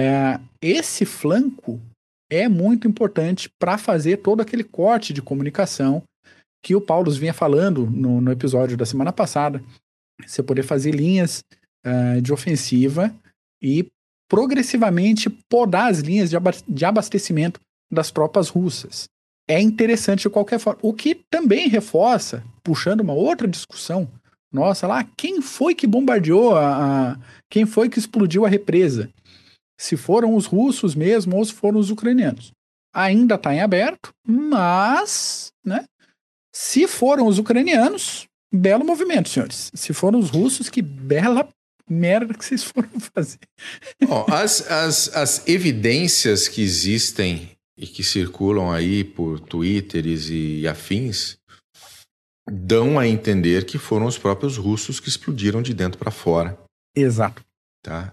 B: esse flanco é muito importante para fazer todo aquele corte de comunicação que o Paulo vinha falando no episódio da semana passada. Você poder fazer linhas de ofensiva e progressivamente podar as linhas de abastecimento das tropas russas. É interessante de qualquer forma. O que também reforça, puxando uma outra discussão, nossa, lá, quem foi que bombardeou, quem foi que explodiu a represa? Se foram os russos mesmo ou se foram os ucranianos. Ainda está em aberto, mas, né, se foram os ucranianos, belo movimento, senhores. Se foram os russos, que bela merda que vocês foram fazer.
A: Bom, as evidências que existem e que circulam aí por Twitters e afins dão a entender que foram os próprios russos que explodiram de dentro para fora.
B: Exato.
A: Tá?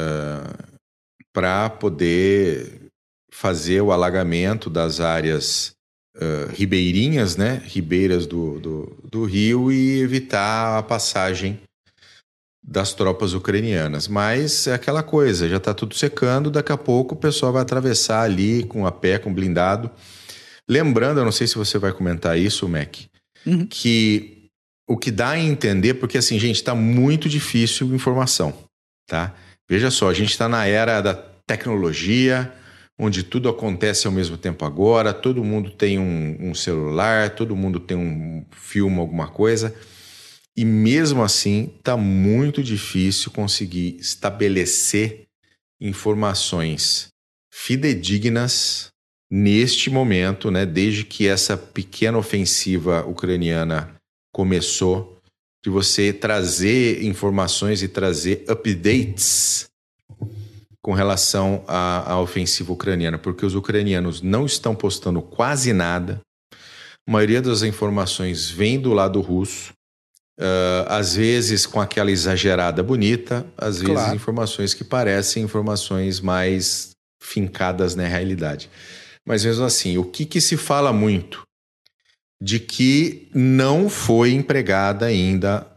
A: Para poder fazer o alagamento das áreas ribeirinhas, né? Ribeiras do rio e evitar a passagem das tropas ucranianas. Mas é aquela coisa, já está tudo secando, daqui a pouco o pessoal vai atravessar ali com a pé, com blindado. Lembrando, eu não sei se você vai comentar isso, Mac, que o que dá a entender, porque assim, gente, está muito difícil a informação, tá? Veja só, a gente está na era da tecnologia, onde tudo acontece ao mesmo tempo agora, todo mundo tem um celular, todo mundo tem um filme, alguma coisa, e mesmo assim está muito difícil conseguir estabelecer informações fidedignas neste momento, né, desde que essa pequena ofensiva ucraniana começou, de você trazer informações e trazer updates com relação à ofensiva ucraniana, porque os ucranianos não estão postando quase nada, a maioria das informações vem do lado russo, às vezes com aquela exagerada bonita, às vezes informações que parecem informações mais fincadas na realidade. Mas mesmo assim, o que se fala muito? De que não foi empregada ainda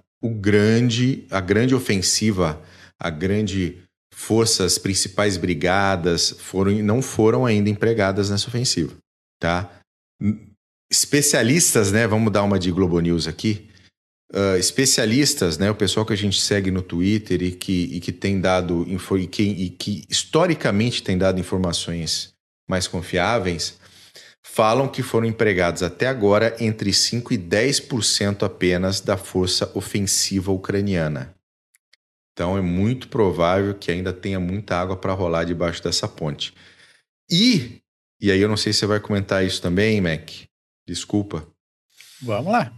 A: a grande ofensiva, a grande forças, principais brigadas não foram ainda empregadas nessa ofensiva, tá? Especialistas, né? Vamos dar uma de Globo News aqui. Especialistas, né? O pessoal que a gente segue no Twitter e que tem dado e que historicamente tem dado informações mais confiáveis, falam que foram empregados até agora entre 5% e 10% apenas da força ofensiva ucraniana. Então é muito provável que ainda tenha muita água para rolar debaixo dessa ponte. E aí eu não sei se você vai comentar isso também, Mac. Desculpa.
B: Vamos lá.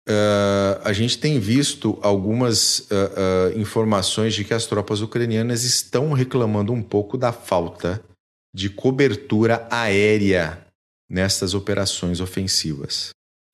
A: A gente tem visto algumas informações de que as tropas ucranianas estão reclamando um pouco da falta de cobertura aérea nestas operações ofensivas.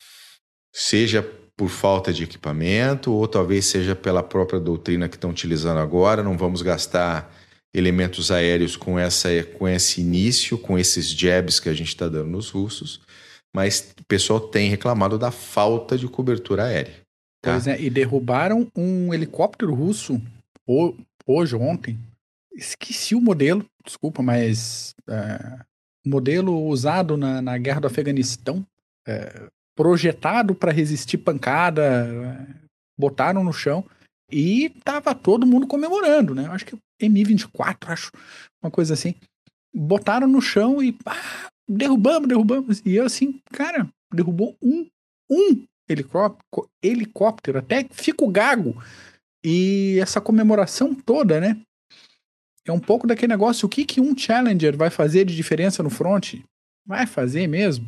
A: Seja por falta de equipamento ou talvez seja pela própria doutrina que estão utilizando agora. Não vamos gastar elementos aéreos com esse início, com esses jabs que a gente está dando nos russos. Mas o pessoal tem reclamado da falta de cobertura aérea. Tá?
B: Pois é, e derrubaram um helicóptero russo hoje, ontem. Esqueci o modelo, desculpa, mas modelo usado na guerra do Afeganistão, projetado para resistir pancada, botaram no chão e tava todo mundo comemorando, né? Acho que Mi-24, acho, uma coisa assim. Botaram no chão e derrubamos. E eu assim, cara, derrubou um helicóptero, até fico gago. E essa comemoração toda, né? É um pouco daquele negócio, o que um Challenger vai fazer de diferença no front? Vai fazer mesmo?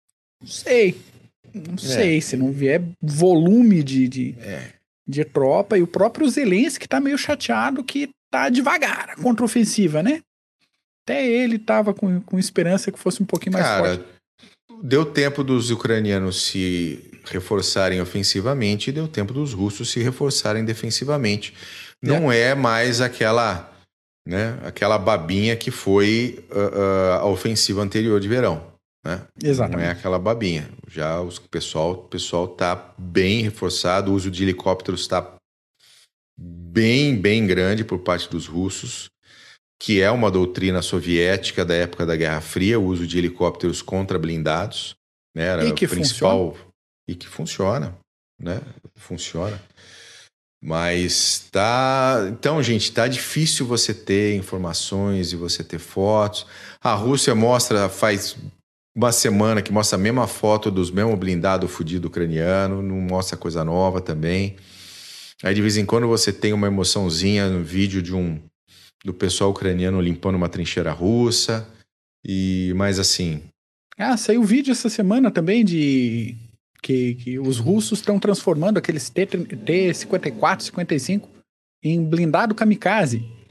B: Não sei, se não vier volume de tropa, e o próprio Zelensky tá meio chateado que tá devagar a contraofensiva, né? Até ele tava com esperança que fosse um pouquinho mais forte.
A: Deu tempo dos ucranianos se reforçarem ofensivamente e deu tempo dos russos se reforçarem defensivamente. Não é mais aquela babinha que foi a ofensiva anterior de verão. Né?
B: Exatamente.
A: Não é aquela babinha. Já o pessoal está bem reforçado, o uso de helicópteros está bem, bem grande por parte dos russos, que é uma doutrina soviética da época da Guerra Fria, o uso de helicópteros contra blindados. Né? Era
B: e que
A: principal funciona. E que funciona. Né? Funciona. Mas então, gente, tá difícil você ter informações e você ter fotos. A Rússia faz uma semana que mostra a mesma foto dos mesmos blindados fudido ucraniano, não mostra coisa nova também. Aí de vez em quando você tem uma emoçãozinha no vídeo do pessoal ucraniano limpando uma trincheira russa. Mas assim...
B: saiu vídeo essa semana também de... Que os russos estão transformando aqueles T-54, 55 em blindado kamikaze.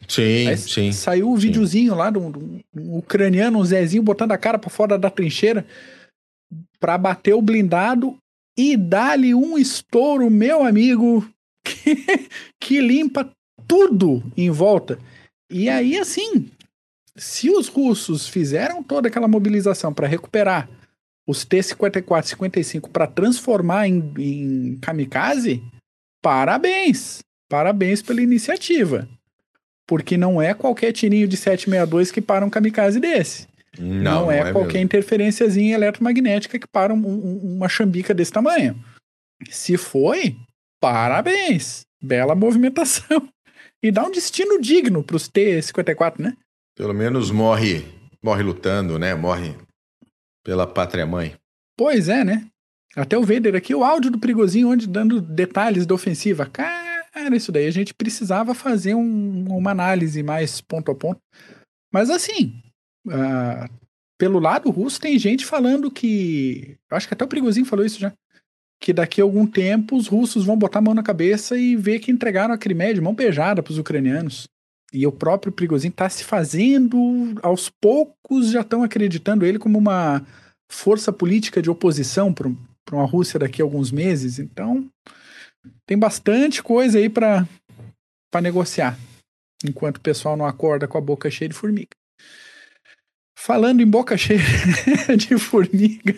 A: Sim,
B: Aí
A: sim.
B: saiu o videozinho lá do ucraniano, um Zezinho, botando a cara pra fora da trincheira pra bater o blindado e dar-lhe um estouro, meu amigo, que limpa tudo em volta. E aí, assim, se os russos fizeram toda aquela mobilização para recuperar os T-54, 55 para transformar em kamikaze, parabéns! Parabéns pela iniciativa. Porque não é qualquer tirinho de 762 que para um kamikaze desse. Não é qualquer
A: mesmo.
B: interferênciazinha eletromagnética que para uma chambica desse tamanho. Se foi, parabéns! Bela movimentação. E dá um destino digno para os T-54, né?
A: Pelo menos morre lutando, né? Morre pela pátria-mãe.
B: Pois é, né? Até o Vader aqui, o áudio do Perigozinho, onde dando detalhes da ofensiva. Cara, isso daí a gente precisava fazer uma análise mais ponto a ponto. Mas assim, pelo lado russo tem gente falando que... Acho que até o Perigozinho falou isso já. Que daqui a algum tempo os russos vão botar a mão na cabeça e ver que entregaram a Crimeia de mão beijada para os ucranianos. E o próprio Prigozhin está se fazendo, aos poucos já estão acreditando ele como uma força política de oposição para uma Rússia daqui a alguns meses. Então, tem bastante coisa aí para negociar, enquanto o pessoal não acorda com a boca cheia de formiga. Falando em boca cheia de formiga,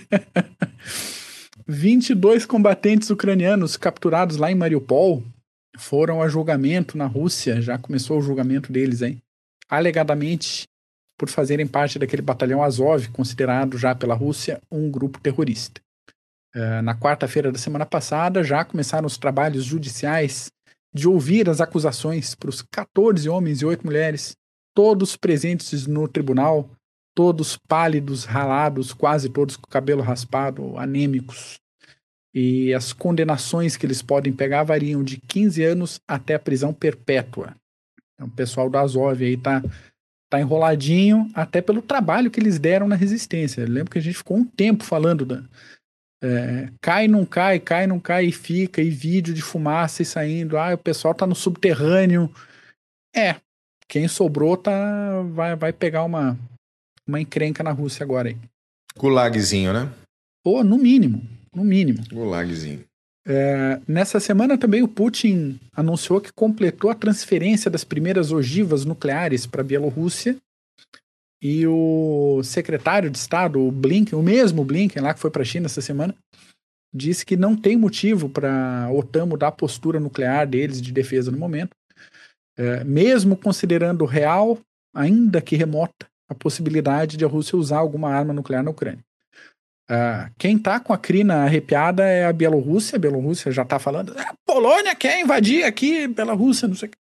B: 22 combatentes ucranianos capturados lá em Mariupol foram a julgamento na Rússia, já começou o julgamento deles aí, alegadamente por fazerem parte daquele batalhão Azov, considerado já pela Rússia um grupo terrorista. Na quarta-feira da semana passada já começaram os trabalhos judiciais de ouvir as acusações para os 14 homens e 8 mulheres, todos presentes no tribunal, todos pálidos, ralados, quase todos com o cabelo raspado, anêmicos. E as condenações que eles podem pegar variam de 15 anos até a prisão perpétua. Então, o pessoal do Azov aí tá enroladinho, até pelo trabalho que eles deram na resistência. Eu lembro que a gente ficou um tempo falando cai, não cai, e fica, e vídeo de fumaça e saindo. O pessoal tá no subterrâneo. Quem sobrou vai pegar uma encrenca na Rússia agora aí.
A: Gulagzinho, né?
B: Ou no mínimo.
A: Gulagzinho.
B: Nessa semana também o Putin anunciou que completou a transferência das primeiras ogivas nucleares para a Bielorrússia, e o secretário de Estado, o Blinken, o mesmo Blinken lá que foi para a China essa semana, disse que não tem motivo para a OTAN mudar a postura nuclear deles de defesa no momento, mesmo considerando real, ainda que remota, a possibilidade de a Rússia usar alguma arma nuclear na Ucrânia. Quem tá com a crina arrepiada é a Bielorrússia. A Bielorrússia já tá falando, a Polônia quer invadir aqui, Bielorrússia, não sei o que.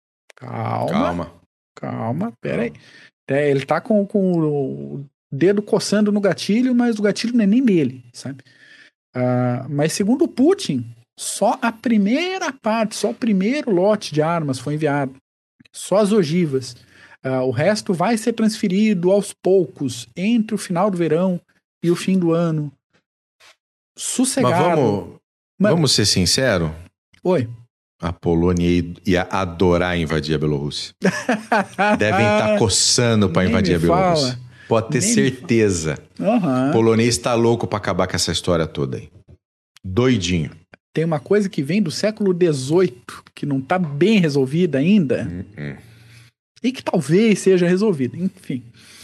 B: Calma, pera aí. Ele tá com o dedo coçando no gatilho, mas o gatilho não é nem dele, sabe? Mas segundo o Putin, só a primeira parte, só o primeiro lote de armas foi enviado. Só as ogivas. O resto vai ser transferido aos poucos, entre o final do verão e o fim do ano. Sossegado.
A: Mas vamos ser sinceros?
B: Oi.
A: A Polônia ia adorar invadir a Bielorrússia. Devem estar coçando para invadir a Bielorrússia. Pode ter certeza.
B: Uhum.
A: O polonês está louco para acabar com essa história toda aí. Doidinho.
B: Tem uma coisa que vem do século XVIII, que não está bem resolvida ainda, e que talvez seja resolvida. Enfim.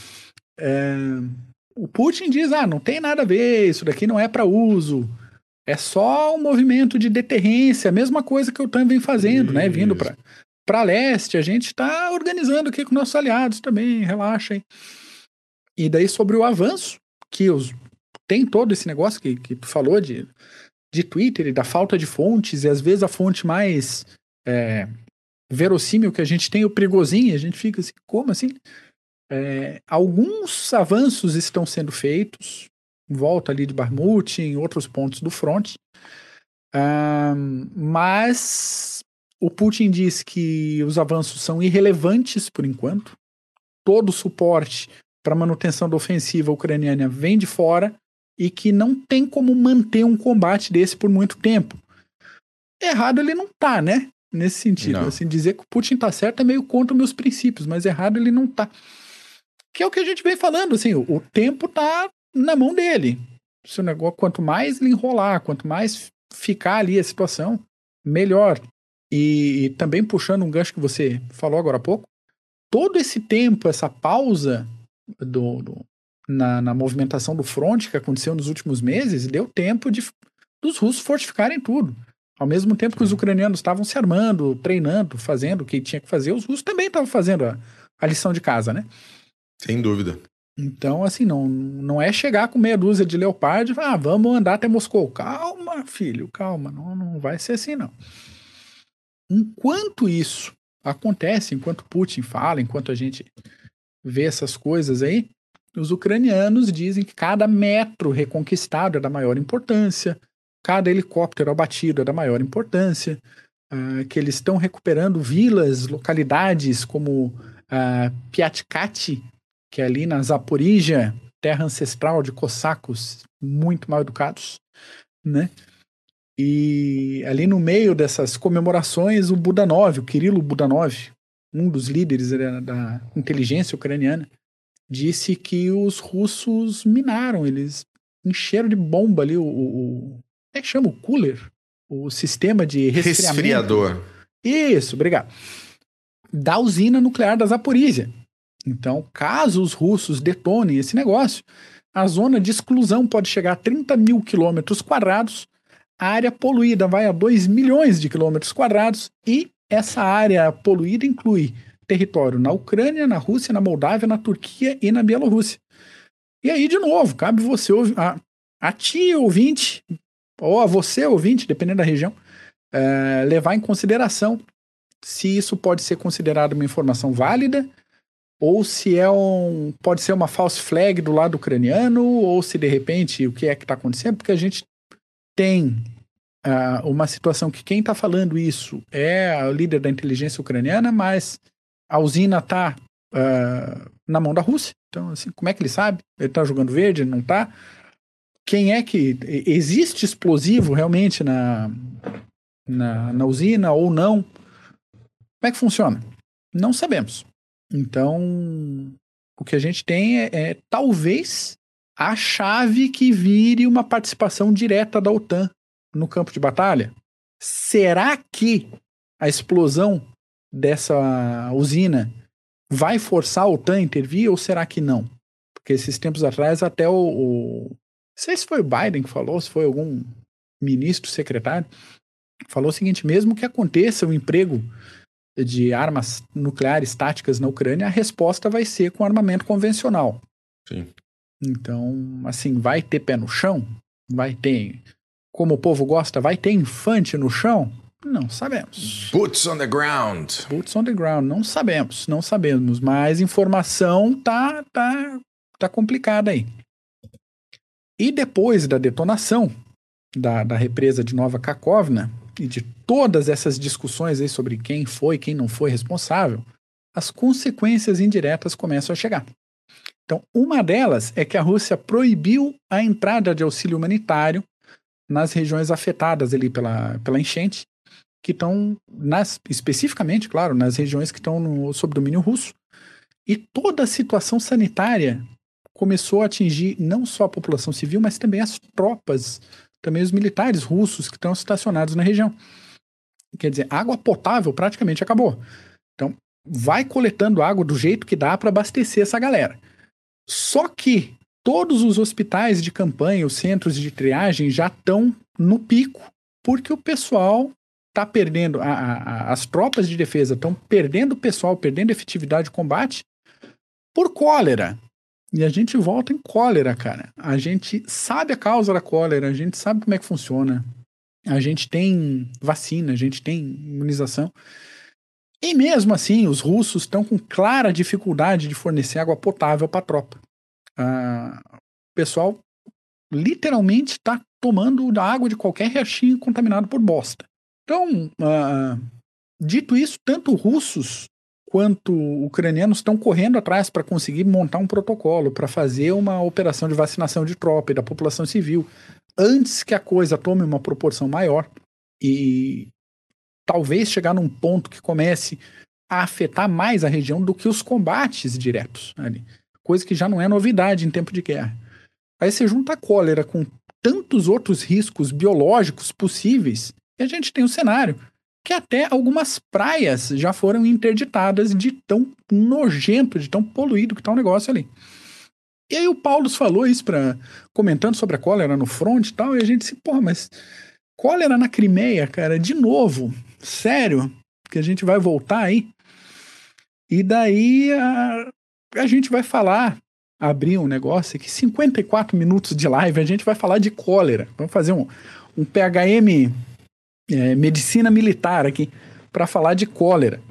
B: O Putin diz, não tem nada a ver, isso daqui não é para uso. É só um movimento de deterrência, a mesma coisa que a OTAN vem fazendo, né? Vindo para leste, a gente está organizando aqui com nossos aliados também, relaxem. E daí sobre o avanço, que tem todo esse negócio que tu falou de Twitter e da falta de fontes, e às vezes a fonte mais verossímil que a gente tem, o Prigozhin, a gente fica assim, como assim? Alguns avanços estão sendo feitos, em volta ali de Bakhmut, em outros pontos do front, mas o Putin diz que os avanços são irrelevantes por enquanto, todo o suporte para manutenção da ofensiva ucraniana vem de fora e que não tem como manter um combate desse por muito tempo. Errado ele não tá, né? nesse sentido.
A: Não.
B: Assim, dizer que o Putin tá certo é meio contra meus princípios, mas errado ele não tá. Que é o que a gente vem falando, assim, o tempo tá na mão dele. Se o negócio, quanto mais ele enrolar, quanto mais ficar ali a situação, melhor. E também puxando um gancho que você falou agora há pouco, todo esse tempo, essa pausa na movimentação do front que aconteceu nos últimos meses, deu tempo dos russos fortificarem tudo. Ao mesmo tempo que os ucranianos estavam se armando, treinando, fazendo o que tinha que fazer, os russos também estavam fazendo a lição de casa, né?
A: Sem dúvida.
B: Então, assim, não é chegar com meia dúzia de Leopard e falar, vamos andar até Moscou. Calma, filho, calma. Não vai ser assim, não. Enquanto isso acontece, enquanto Putin fala, enquanto a gente vê essas coisas aí, os ucranianos dizem que cada metro reconquistado é da maior importância, cada helicóptero abatido é da maior importância, que eles estão recuperando vilas, localidades como Piatkati, que é ali na Zaporígia, terra ancestral de cossacos muito mal educados, né? E ali no meio dessas comemorações, o Budanov, o Kirilo Budanov, um dos líderes da inteligência ucraniana, disse que os russos minaram, eles encheram de bomba ali como é que chama? O cooler? O sistema de
A: resfriador.
B: Isso, obrigado. Da usina nuclear da Zaporísia. Então, caso os russos detonem esse negócio, a zona de exclusão pode chegar a 30 mil quilômetros quadrados, a área poluída vai a 2 milhões de quilômetros quadrados e essa área poluída inclui território na Ucrânia, na Rússia, na Moldávia, na Turquia e na Bielorrússia. E aí, de novo, cabe você, a ti, ouvinte, ou a você, ouvinte, dependendo da região, levar em consideração se isso pode ser considerado uma informação válida, ou se pode ser uma false flag do lado ucraniano, ou se de repente o que é que está acontecendo, porque a gente tem uma situação que quem está falando isso é o líder da inteligência ucraniana, mas a usina está na mão da Rússia. Então, assim, como é que ele sabe? Ele está jogando verde, ele não está? Quem é que... Existe explosivo realmente na usina ou não? Como é que funciona? Não sabemos. Então, o que a gente tem é talvez a chave que vire uma participação direta da OTAN no campo de batalha. Será que a explosão dessa usina vai forçar a OTAN a intervir ou será que não? Porque esses tempos atrás até não sei se foi o Biden que falou, se foi algum ministro, secretário, falou o seguinte, mesmo que aconteça o emprego de armas nucleares táticas na Ucrânia, a resposta vai ser com armamento convencional.
A: Sim.
B: Então, assim, vai ter pé no chão? Vai ter, como o povo gosta, vai ter infante no chão? Não sabemos.
A: Boots on the ground.
B: Boots on the ground, não sabemos, mas informação tá complicada aí. E depois da detonação da represa de Nova Kakhovka e de todas essas discussões aí sobre quem foi, quem não foi responsável, as consequências indiretas começam a chegar. Então, uma delas é que a Rússia proibiu a entrada de auxílio humanitário nas regiões afetadas ali pela enchente, que estão, especificamente, claro, nas regiões que estão sob domínio russo. E toda a situação sanitária começou a atingir não só a população civil, mas também as tropas, também os militares russos que estão estacionados na região. Quer dizer, água potável praticamente acabou. Então, vai coletando água do jeito que dá para abastecer essa galera. Só que todos os hospitais de campanha, os centros de triagem já estão no pico, porque o pessoal está perdendo, as tropas de defesa estão perdendo pessoal, perdendo efetividade de combate por cólera. E a gente volta em cólera, cara. A gente sabe a causa da cólera, a gente sabe como é que funciona. A gente tem vacina, a gente tem imunização. E mesmo assim, os russos estão com clara dificuldade de fornecer água potável para a tropa. O pessoal literalmente está tomando água de qualquer riachinho contaminado por bosta. Então, dito isso, tanto russos quanto ucranianos estão correndo atrás para conseguir montar um protocolo para fazer uma operação de vacinação de tropa e da população civil antes que a coisa tome uma proporção maior. E talvez chegar num ponto que comece a afetar mais a região do que os combates diretos ali. Coisa que já não é novidade em tempo de guerra. Aí você junta a cólera com tantos outros riscos biológicos possíveis, e a gente tem um cenário que até algumas praias já foram interditadas de tão nojento, de tão poluído que tá o negócio ali. E aí o Paulo falou isso comentando sobre a cólera no front e tal, e a gente disse, porra, mas cólera na Crimeia, cara, de novo, sério, que a gente vai voltar aí? E daí a gente vai falar, abrir um negócio aqui, 54 minutos de live, a gente vai falar de cólera. Vamos fazer um PHM medicina militar aqui, para falar de cólera.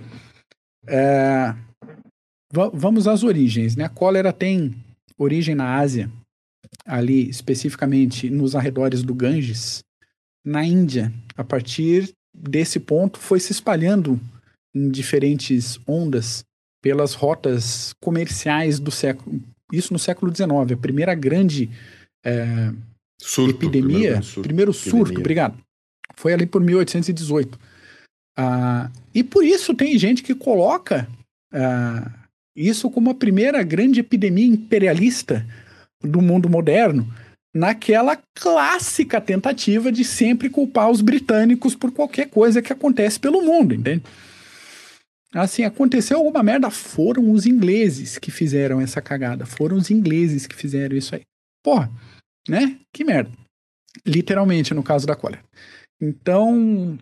B: Vamos às origens, né? A cólera tem origem na Ásia, ali especificamente nos arredores do Ganges, na Índia. A partir desse ponto foi se espalhando em diferentes ondas pelas rotas comerciais do século, isso no século XIX, a primeira grande epidemia, primeiro surto, obrigado, foi ali por 1818. E por isso tem gente que coloca isso como a primeira grande epidemia imperialista do mundo moderno, naquela clássica tentativa de sempre culpar os britânicos por qualquer coisa que acontece pelo mundo, entende? Assim, aconteceu alguma merda, foram os ingleses que fizeram essa cagada, foram os ingleses que fizeram isso aí. Porra, né? Que merda. Literalmente, no caso da cólera. Então,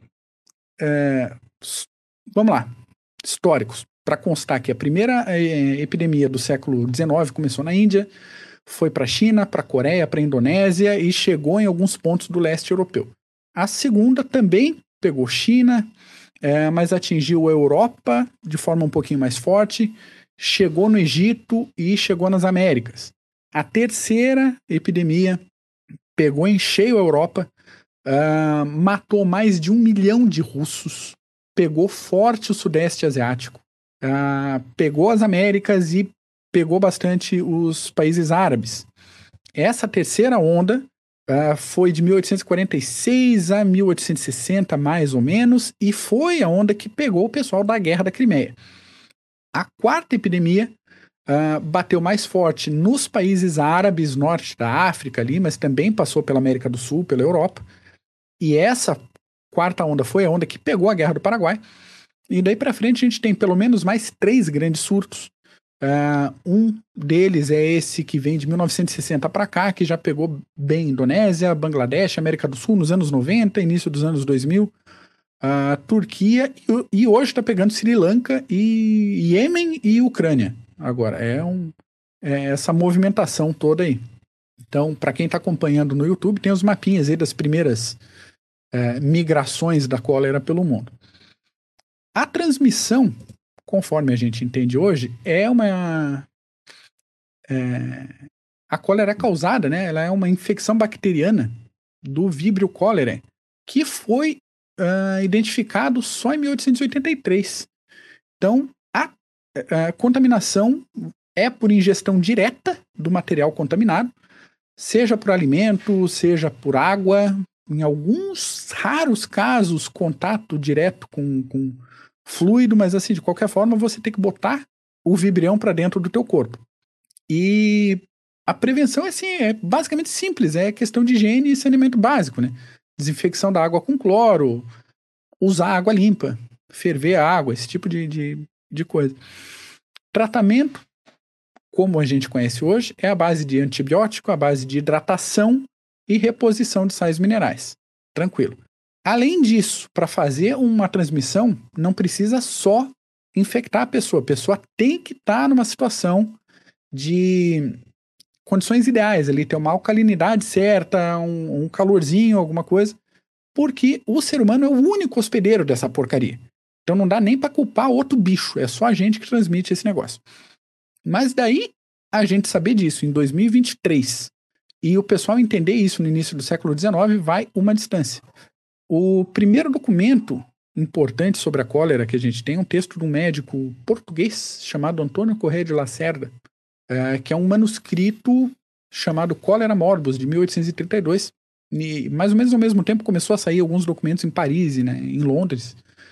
B: vamos lá. Históricos. Para constar que a primeira epidemia do século XIX começou na Índia, foi para a China, para a Coreia, para a Indonésia e chegou em alguns pontos do leste europeu. A segunda também pegou China, mas atingiu a Europa de forma um pouquinho mais forte, chegou no Egito e chegou nas Américas. A terceira epidemia pegou em cheio a Europa, matou mais de 1 milhão de russos, pegou forte o Sudeste Asiático, pegou as Américas e pegou bastante os países árabes. Essa terceira onda foi de 1846 a 1860, mais ou menos, e foi a onda que pegou o pessoal da Guerra da Crimeia. A quarta epidemia bateu mais forte nos países árabes, norte da África ali, mas também passou pela América do Sul, pela Europa. E essa quarta onda foi a onda que pegou a Guerra do Paraguai. E daí para frente a gente tem pelo menos mais 3 grandes surtos. Um deles é esse que vem de 1960 para cá, que já pegou bem Indonésia, Bangladesh, América do Sul nos anos 90, início dos anos 2000, Turquia e hoje está pegando Sri Lanka e Iêmen e Ucrânia. Agora, é essa movimentação toda aí. Então, para quem está acompanhando no YouTube, tem os mapinhas aí das primeiras migrações da cólera pelo mundo. A transmissão, conforme a gente entende hoje, a cólera é causada, né? Ela é uma infecção bacteriana do Vibrio cholerae, que foi identificado só em 1883. Então, a contaminação é por ingestão direta do material contaminado, seja por alimento, seja por água, em alguns raros casos, contato direto com fluido, mas assim, de qualquer forma, você tem que botar o vibrião para dentro do teu corpo. E a prevenção é basicamente simples, é questão de higiene e saneamento básico, né? Desinfecção da água com cloro, usar água limpa, ferver a água, esse tipo de coisa. Tratamento, como a gente conhece hoje, é a base de antibiótico, a base de hidratação e reposição de sais minerais. Tranquilo. Além disso, para fazer uma transmissão, não precisa só infectar a pessoa tem que estar numa situação de condições ideais, ali ter uma alcalinidade certa, um calorzinho, alguma coisa, porque o ser humano é o único hospedeiro dessa porcaria. Então não dá nem para culpar outro bicho, é só a gente que transmite esse negócio. Mas daí a gente saber disso em 2023 e o pessoal entender isso no início do século XIX vai uma distância. O primeiro documento importante sobre a cólera que a gente tem é um texto de um médico português chamado Antônio Corrêa de Lacerda, que é um manuscrito chamado Cólera Morbus, de 1832. E mais ou menos ao mesmo tempo começou a sair alguns documentos em Paris e, né, em Londres,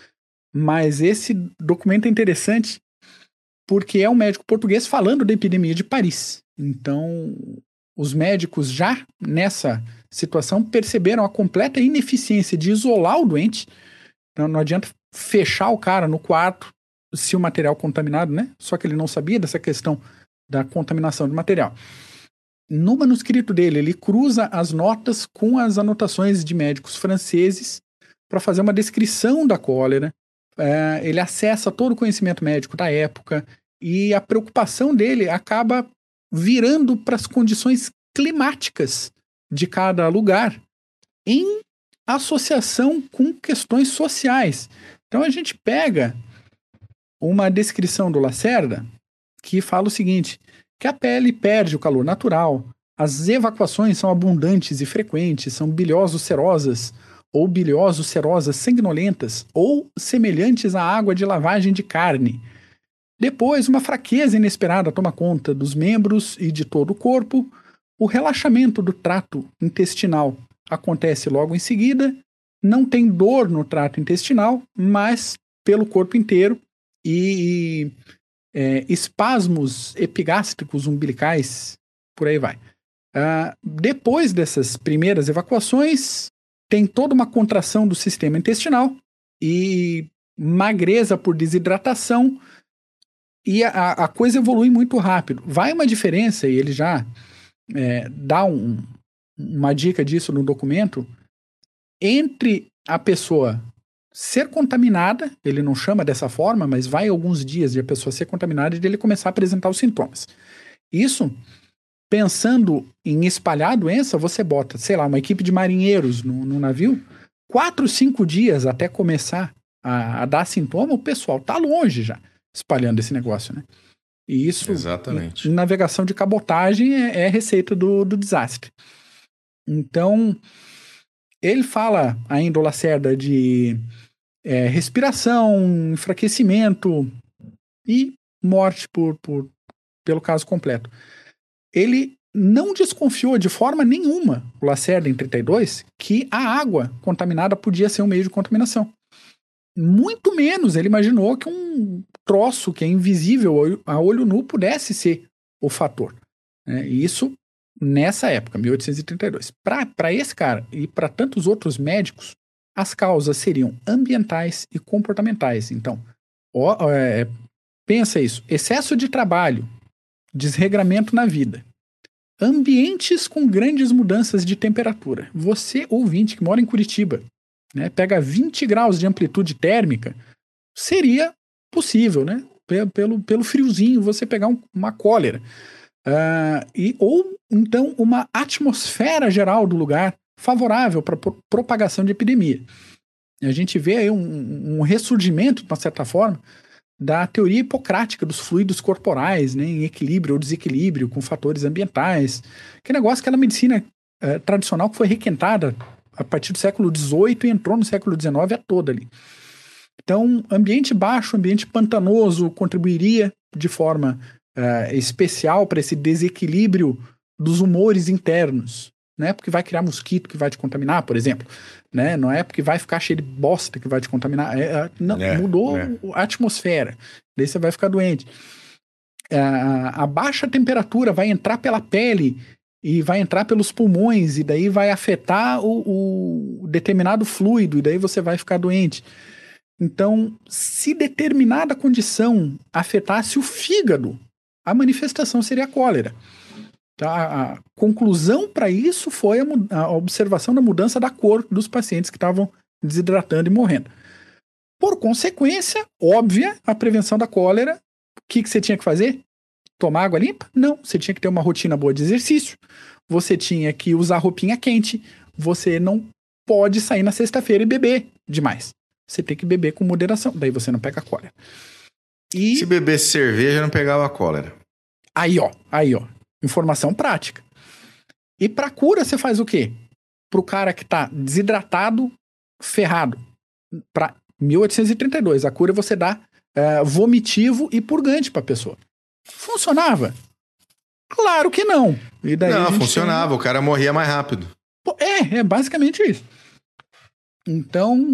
B: Mas esse documento é interessante porque é um médico português falando da epidemia de Paris. Então, os médicos já nessa situação perceberam a completa ineficiência de isolar o doente. Então, não adianta fechar o cara no quarto se o material contaminado, né? Só que ele não sabia dessa questão da contaminação do material. No manuscrito dele, ele cruza as notas com as anotações de médicos franceses para fazer uma descrição da cólera. Ele acessa todo o conhecimento médico da época e a preocupação dele acaba virando para as condições climáticas de cada lugar em associação com questões sociais. Então a gente pega uma descrição do Lacerda que fala o seguinte, que a pele perde o calor natural, as evacuações são abundantes e frequentes, são bilioso-cerosas ou bilioso-cerosas sanguinolentas ou semelhantes à água de lavagem de carne. Depois, uma fraqueza inesperada toma conta dos membros e de todo o corpo. O relaxamento do trato intestinal acontece logo em seguida. Não tem dor no trato intestinal, mas pelo corpo inteiro. E espasmos epigástricos umbilicais, por aí vai. Depois dessas primeiras evacuações, tem toda uma contração do sistema intestinal e magreza por desidratação. E a coisa evolui muito rápido. Vai uma diferença, e ele já dá uma dica disso no documento, entre a pessoa ser contaminada, ele não chama dessa forma, mas vai alguns dias de a pessoa ser contaminada e dele começar a apresentar os sintomas. Isso, pensando em espalhar a doença, você bota, sei lá, uma equipe de marinheiros no navio, 4, 5 dias até começar a dar sintoma, o pessoal tá longe já, espalhando esse negócio, né? E isso,
A: exatamente,
B: em navegação de cabotagem, é receita do desastre. Então, ele fala ainda, o Lacerda, de respiração, enfraquecimento e morte pelo caso completo. Ele não desconfiou de forma nenhuma, o Lacerda, em 32, que a água contaminada podia ser um meio de contaminação. Muito menos ele imaginou que um troço que é invisível a olho nu pudesse ser o fator. E isso nessa época, 1832. Para esse cara e para tantos outros médicos, as causas seriam ambientais e comportamentais. Então, pensa isso. Excesso de trabalho, desregramento na vida, ambientes com grandes mudanças de temperatura. Você, ouvinte, que mora em Curitiba, né, pega 20 graus de amplitude térmica, seria possível, né? Pelo friozinho, você pegar uma cólera. Ou então uma atmosfera geral do lugar favorável para propagação de epidemia. A gente vê aí um ressurgimento, de uma certa forma, da teoria hipocrática dos fluidos corporais, né, em equilíbrio ou desequilíbrio com fatores ambientais. Que negócio, aquela medicina tradicional que foi requentada a partir do século XVIII e entrou no século XIX a toda ali. Então, ambiente baixo, ambiente pantanoso contribuiria de forma especial para esse desequilíbrio dos humores internos. Não é porque vai criar mosquito que vai te contaminar, por exemplo. Né? Não é porque vai ficar cheio de bosta que vai te contaminar. Mudou a atmosfera. Daí você vai ficar doente. A baixa temperatura vai entrar pela pele e vai entrar pelos pulmões e daí vai afetar o determinado fluido e daí você vai ficar doente. Então, se determinada condição afetasse o fígado, a manifestação seria a cólera. A conclusão para isso foi a observação da mudança da cor dos pacientes que estavam desidratando e morrendo. Por consequência, óbvia, a prevenção da cólera. O que você tinha que fazer? Tomar água limpa? Não. Você tinha que ter uma rotina boa de exercício. Você tinha que usar roupinha quente. Você não pode sair na sexta-feira e beber demais. Você tem que beber com moderação. Daí você não pega a cólera.
A: Se bebesse cerveja, não pegava a cólera.
B: Aí, ó. Informação prática. E para cura, você faz o quê? Pro cara que tá desidratado, ferrado. Para 1832, a cura você dá vomitivo e purgante pra pessoa. Funcionava? Claro que não. E daí
A: não, funcionava. O cara morria mais rápido.
B: É basicamente isso. Então,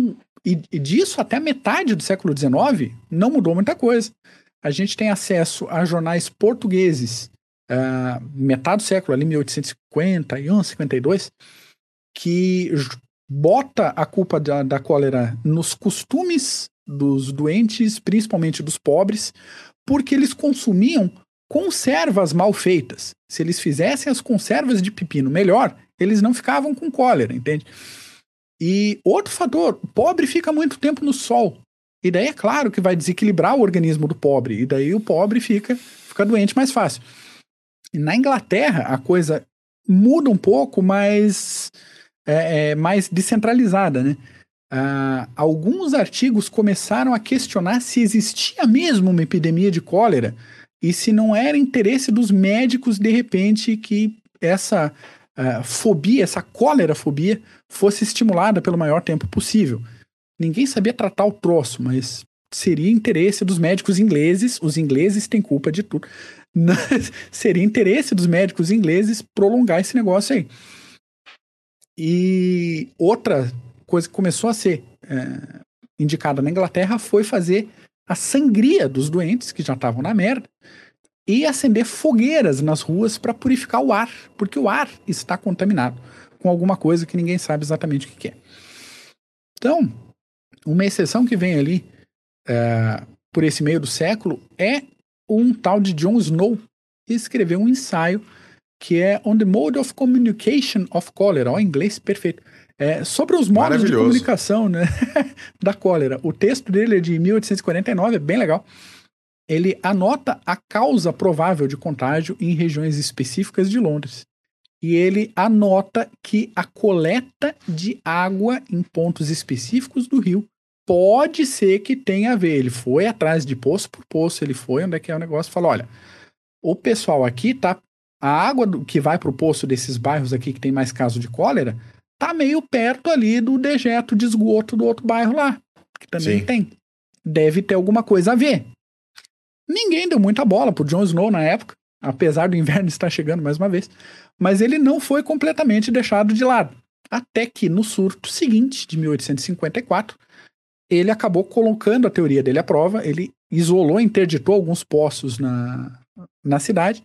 B: E disso até a metade do século XIX não mudou muita coisa. A gente tem acesso a jornais portugueses, metade do século, ali 1851, 52, que bota a culpa da cólera nos costumes dos doentes, principalmente dos pobres, porque eles consumiam conservas mal feitas. Se eles fizessem as conservas de pepino melhor, eles não ficavam com cólera, entende? E outro fator, o pobre fica muito tempo no sol. E daí é claro que vai desequilibrar o organismo do pobre. E daí o pobre fica doente mais fácil. E na Inglaterra a coisa muda um pouco, mas é mais descentralizada, né? Alguns artigos começaram a questionar se existia mesmo uma epidemia de cólera e se não era interesse dos médicos, de repente, que essa fobia, essa cólera-fobia, fosse estimulada pelo maior tempo possível. Ninguém sabia tratar o troço, mas seria interesse dos médicos ingleses, os ingleses têm culpa de tudo, seria interesse dos médicos ingleses prolongar esse negócio aí. E outra coisa que começou a ser indicada na Inglaterra foi fazer a sangria dos doentes, que já estavam na merda, e acender fogueiras nas ruas para purificar o ar, porque o ar está contaminado com alguma coisa que ninguém sabe exatamente o que é. Então, uma exceção que vem ali por esse meio do século é um tal de John Snow, que escreveu um ensaio que é On the Mode of Communication of Cholera, em inglês perfeito, sobre os modos de comunicação, né, da cólera. O texto dele é de 1849, é bem legal. Ele anota a causa provável de contágio em regiões específicas de Londres. E ele anota que a coleta de água em pontos específicos do rio pode ser que tenha a ver. Ele foi atrás de poço por poço, ele foi onde é que é o negócio e falou, olha, o pessoal aqui tá... A água que vai pro poço desses bairros aqui que tem mais caso de cólera tá meio perto ali do dejeto de esgoto do outro bairro lá, que também tem. Deve ter alguma coisa a ver. Ninguém deu muita bola pro Jon Snow na época, apesar do inverno estar chegando mais uma vez, mas ele não foi completamente deixado de lado. Até que no surto seguinte, de 1854, ele acabou colocando a teoria dele à prova, ele isolou, interditou alguns poços na cidade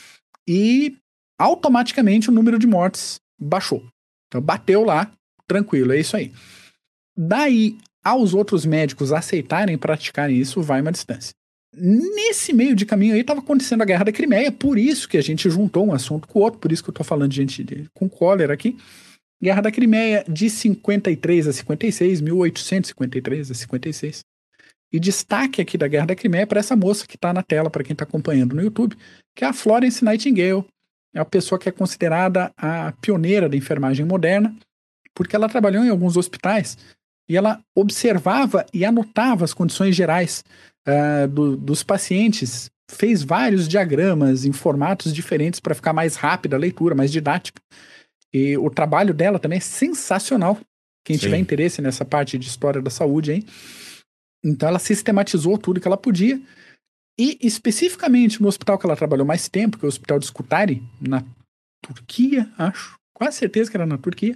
B: e automaticamente o número de mortes baixou. Então bateu lá, tranquilo, é isso aí. Daí aos outros médicos aceitarem praticarem isso, vai uma distância. Nesse meio de caminho aí estava acontecendo a Guerra da Crimeia, por isso que a gente juntou um assunto com o outro, por isso que eu estou falando de gente com cólera aqui. Guerra da Crimeia de 53 a 56, 1853 a 56. E destaque aqui da Guerra da Crimeia para essa moça que está na tela, para quem está acompanhando no YouTube, que é a Florence Nightingale. É a pessoa que é considerada a pioneira da enfermagem moderna, porque ela trabalhou em alguns hospitais e ela observava e anotava as condições gerais dos pacientes, fez vários diagramas em formatos diferentes para ficar mais rápida a leitura, mais didática. E o trabalho dela também é sensacional. Quem tiver interesse nessa parte de história da saúde aí. Então ela sistematizou tudo que ela podia. E especificamente no hospital que ela trabalhou mais tempo, que é o Hospital de Scutari, na Turquia, acho. Quase certeza que era na Turquia.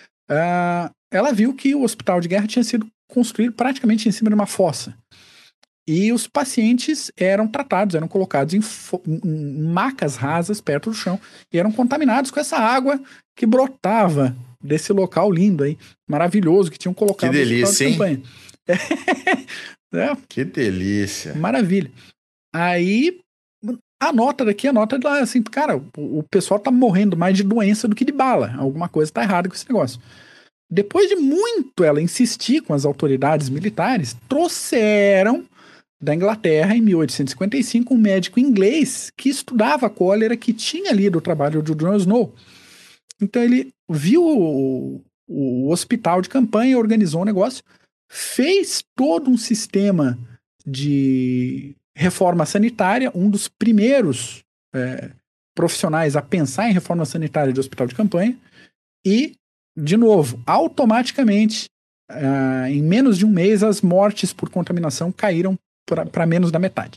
B: Ela viu que o hospital de guerra tinha sido construído praticamente em cima de uma fossa. E os pacientes eram tratados, eram colocados em macas rasas perto do chão e eram contaminados com essa água que brotava desse local lindo aí, maravilhoso, que tinham colocado
A: no hospital de campanha. Que delícia.
B: Maravilha. Aí, a nota daqui, a nota de lá, assim, cara, o pessoal tá morrendo mais de doença do que de bala. Alguma coisa tá errada com esse negócio. Depois de muito ela insistir com as autoridades militares, trouxeram da Inglaterra, em 1855, um médico inglês que estudava a cólera, que tinha lido o trabalho de Jon Snow. Então ele viu o hospital de campanha, organizou um negócio, fez todo um sistema de reforma sanitária, um dos primeiros profissionais a pensar em reforma sanitária de hospital de campanha, e, de novo, automaticamente, em menos de um mês, as mortes por contaminação caíram para menos da metade.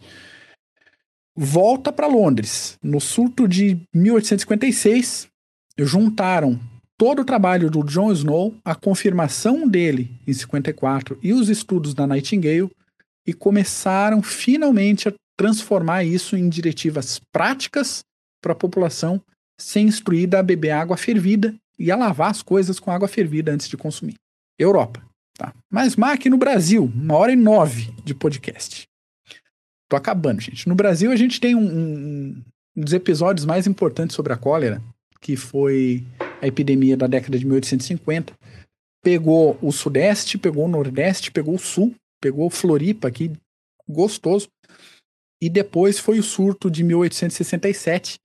B: Volta para Londres. No surto de 1856, juntaram todo o trabalho do John Snow, a confirmação dele em 54 e os estudos da Nightingale, e começaram finalmente a transformar isso em diretivas práticas para a população ser instruída a beber água fervida e a lavar as coisas com água fervida antes de consumir. Europa. Tá. Mas aqui no Brasil, 1h09 de podcast. Tô acabando, gente. No Brasil a gente tem um dos episódios mais importantes sobre a cólera, que foi a epidemia da década de 1850. Pegou o Sudeste, pegou o Nordeste, pegou o Sul, pegou Floripa aqui, gostoso. E depois foi o surto de 1867,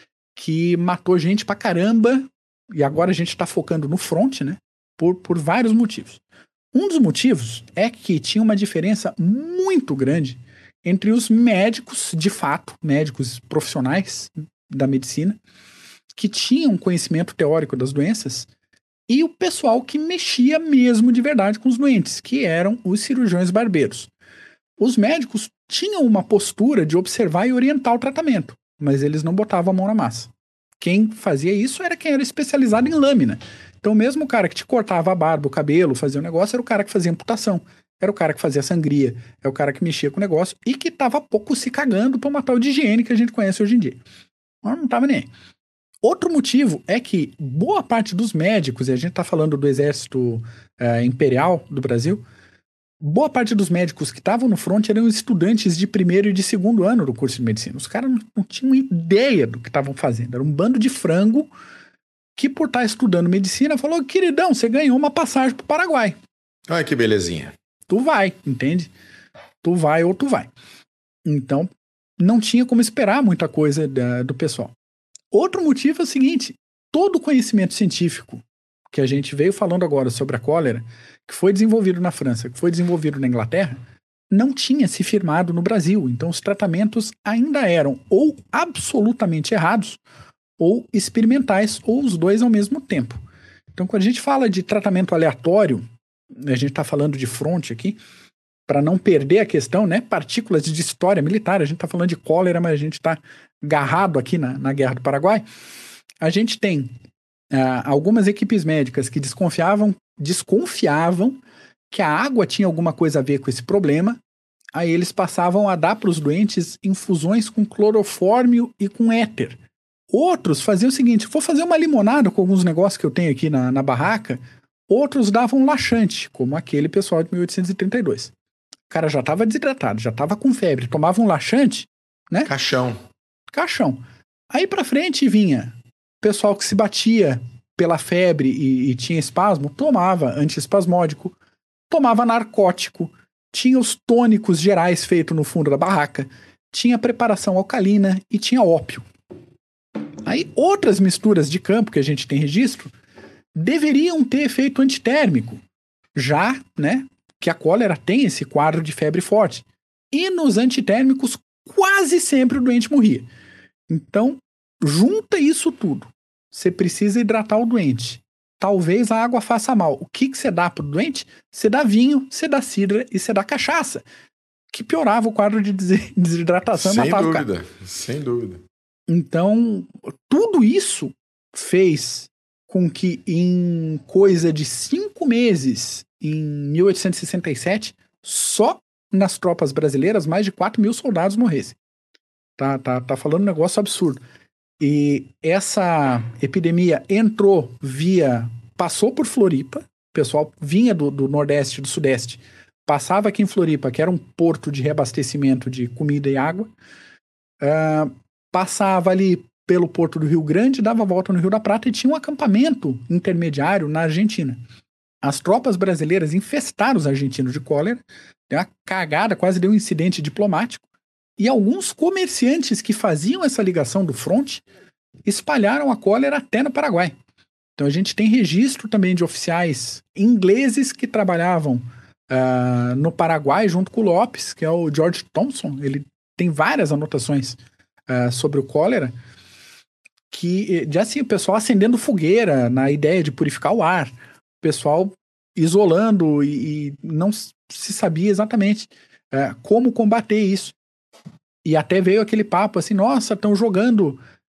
B: que matou gente pra caramba. E agora a gente tá focando no front, né? Por vários motivos. Um dos motivos é que tinha uma diferença muito grande entre os médicos, de fato, médicos profissionais da medicina, que tinham conhecimento teórico das doenças, e o pessoal que mexia mesmo de verdade com os doentes, que eram os cirurgiões barbeiros. Os médicos tinham uma postura de observar e orientar o tratamento, mas eles não botavam a mão na massa. Quem fazia isso era quem era especializado em lâmina. Então mesmo o cara que te cortava a barba, o cabelo, fazia o negócio, era o cara que fazia amputação. Era o cara que fazia sangria, é o cara que mexia com o negócio e que tava pouco se cagando pra uma tal de higiene que a gente conhece hoje em dia. Mas não tava nem aí. Outro motivo é que boa parte dos médicos, e a gente tá falando do exército imperial do Brasil, boa parte dos médicos que estavam no front eram estudantes de primeiro e de segundo ano do curso de medicina. Os caras não tinham ideia do que estavam fazendo. Era um bando de frango que, por estar estudando medicina, falou: queridão, você ganhou uma passagem pro Paraguai.
A: Olha que belezinha.
B: Tu vai, entende? Tu vai ou tu vai. Então, não tinha como esperar muita coisa do pessoal. Outro motivo é o seguinte: todo o conhecimento científico que a gente veio falando agora sobre a cólera, que foi desenvolvido na França, que foi desenvolvido na Inglaterra, não tinha se firmado no Brasil. Então, os tratamentos ainda eram ou absolutamente errados, ou experimentais, ou os dois ao mesmo tempo. Então, quando a gente fala de tratamento aleatório, a gente está falando de front aqui, para não perder a questão, né? Partículas de história militar, a gente está falando de cólera, mas a gente está agarrado aqui na Guerra do Paraguai. A gente tem algumas equipes médicas que desconfiavam que a água tinha alguma coisa a ver com esse problema. Aí eles passavam a dar para os doentes infusões com clorofórmio e com éter. Outros faziam o seguinte: vou fazer uma limonada com alguns negócios que eu tenho aqui na barraca. Outros davam laxante, como aquele pessoal de 1832. O cara já estava desidratado, já estava com febre, tomava um laxante, né?
A: Caixão.
B: Aí pra frente vinha pessoal que se batia pela febre e tinha espasmo, tomava antiespasmódico, tomava narcótico, tinha os tônicos gerais feitos no fundo da barraca, tinha preparação alcalina e tinha ópio. Aí outras misturas de campo que a gente tem registro deveriam ter efeito antitérmico, já, né, que a cólera tem esse quadro de febre forte. E nos antitérmicos quase sempre o doente morria. Então, junta isso tudo. Você precisa hidratar o doente. Talvez a água faça mal. O que você dá pro doente? Você dá vinho, você dá cidra e você dá cachaça, que piorava o quadro de desidratação e matava o cara.
A: Sem dúvida.
B: Então, tudo isso fez com que em coisa de 5 meses, em 1867, só nas tropas brasileiras, mais de 4.000 soldados morressem. Tá falando um negócio absurdo. E essa epidemia passou por Floripa, o pessoal vinha do Nordeste, do Sudeste, passava aqui em Floripa, que era um porto de reabastecimento de comida e água, passava ali pelo porto do Rio Grande, dava a volta no Rio da Prata e tinha um acampamento intermediário na Argentina. As tropas brasileiras infestaram os argentinos de cólera, deu uma cagada, quase deu um incidente diplomático, e alguns comerciantes que faziam essa ligação do front espalharam a cólera até no Paraguai. Então a gente tem registro também de oficiais ingleses que trabalhavam no Paraguai junto com o Lopes, que é o George Thompson. Ele tem várias anotações sobre o cólera, que já assim, o pessoal acendendo fogueira na ideia de purificar o ar, o pessoal isolando e não se sabia exatamente como combater isso. E até veio aquele papo assim: nossa, estão jogando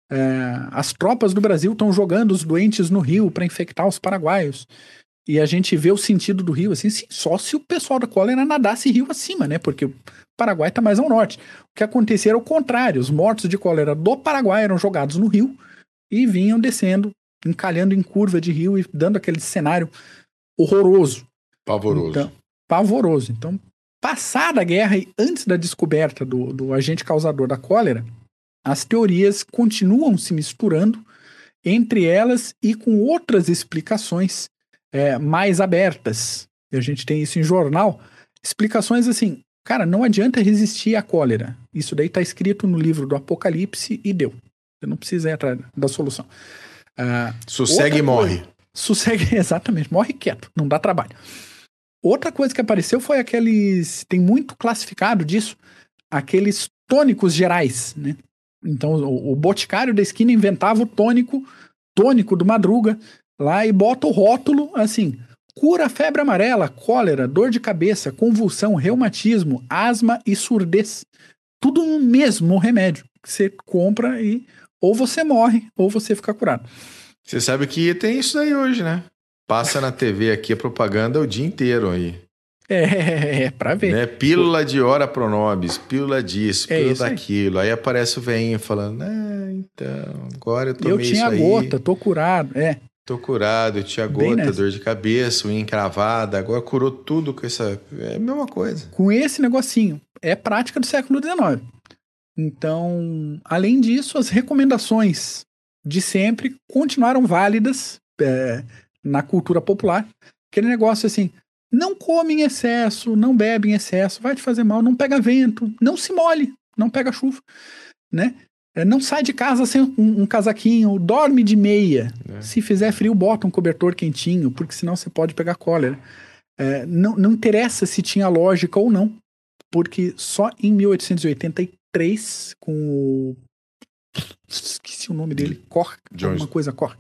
B: As tropas do Brasil estão jogando os doentes no rio para infectar os paraguaios. E a gente vê o sentido do rio, assim, só se o pessoal da cólera nadasse rio acima, né? Porque o Paraguai está mais ao norte. O que acontecia era o contrário. Os mortos de cólera do Paraguai eram jogados no rio e vinham descendo, encalhando em curva de rio e dando aquele cenário horroroso.
A: Pavoroso.
B: Então, pavoroso. Então, passada a guerra e antes da descoberta do agente causador da cólera, as teorias continuam se misturando entre elas e com outras explicações mais abertas. E a gente tem isso em jornal. Explicações assim, cara, não adianta resistir à cólera. Isso daí está escrito no livro do Apocalipse e deu. Você não precisa ir atrás da solução.
A: Sossegue e morre.
B: Sossegue, exatamente. Morre quieto, não dá trabalho. Outra coisa que apareceu foi aqueles... Tem muito classificado disso. Aqueles tônicos gerais, né? Então, o boticário da esquina inventava o tônico do Madruga, lá e bota o rótulo, assim, cura febre amarela, cólera, dor de cabeça, convulsão, reumatismo, asma e surdez. Tudo no mesmo remédio que você compra e ou você morre ou você fica curado.
A: Você sabe que tem isso aí hoje, né? Passa na TV aqui a propaganda o dia inteiro aí.
B: Pra ver.
A: Né? Pílula de ora pronobis, pílula disso, pílula daquilo. Aí aparece o velhinho falando, então, agora eu tomei isso aí.
B: Eu tinha gota, tô curado,
A: Tô curado, eu tinha gota, dor de cabeça, unha encravada, agora curou tudo com essa... É a mesma coisa.
B: Com esse negocinho. É prática do século XIX. Então, além disso, as recomendações de sempre continuaram válidas na cultura popular. Aquele negócio assim, não come em excesso, não bebe em excesso, vai te fazer mal, não pega vento, não se molhe, não pega chuva, né? Não sai de casa sem um casaquinho, dorme de meia. Se fizer frio, bota um cobertor quentinho, porque senão você pode pegar cólera. Não interessa se tinha lógica ou não, porque só em 1883, com o... Esqueci o nome dele, Koch, alguma coisa Koch.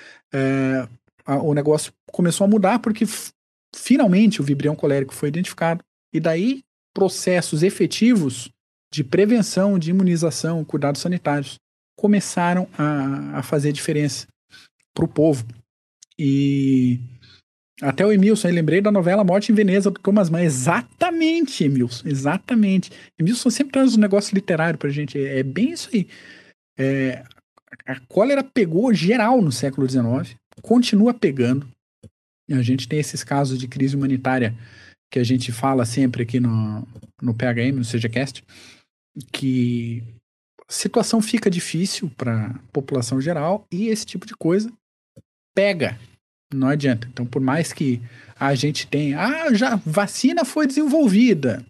B: O negócio começou a mudar porque finalmente o vibrião colérico foi identificado. E daí, processos efetivos de prevenção, de imunização, cuidados sanitários, começaram a fazer diferença para o povo. E até o Emilson, eu lembrei da novela Morte em Veneza, do Thomas Mann. Exatamente, Emilson, exatamente. Emilson sempre traz um negócio literário pra gente, é bem isso aí. A cólera pegou geral no século XIX, continua pegando. A gente tem esses casos de crise humanitária que a gente fala sempre aqui no PHM, no CGCast, que a situação fica difícil para a população geral e esse tipo de coisa pega, não adianta. Então, por mais que a gente tenha, já vacina foi desenvolvida,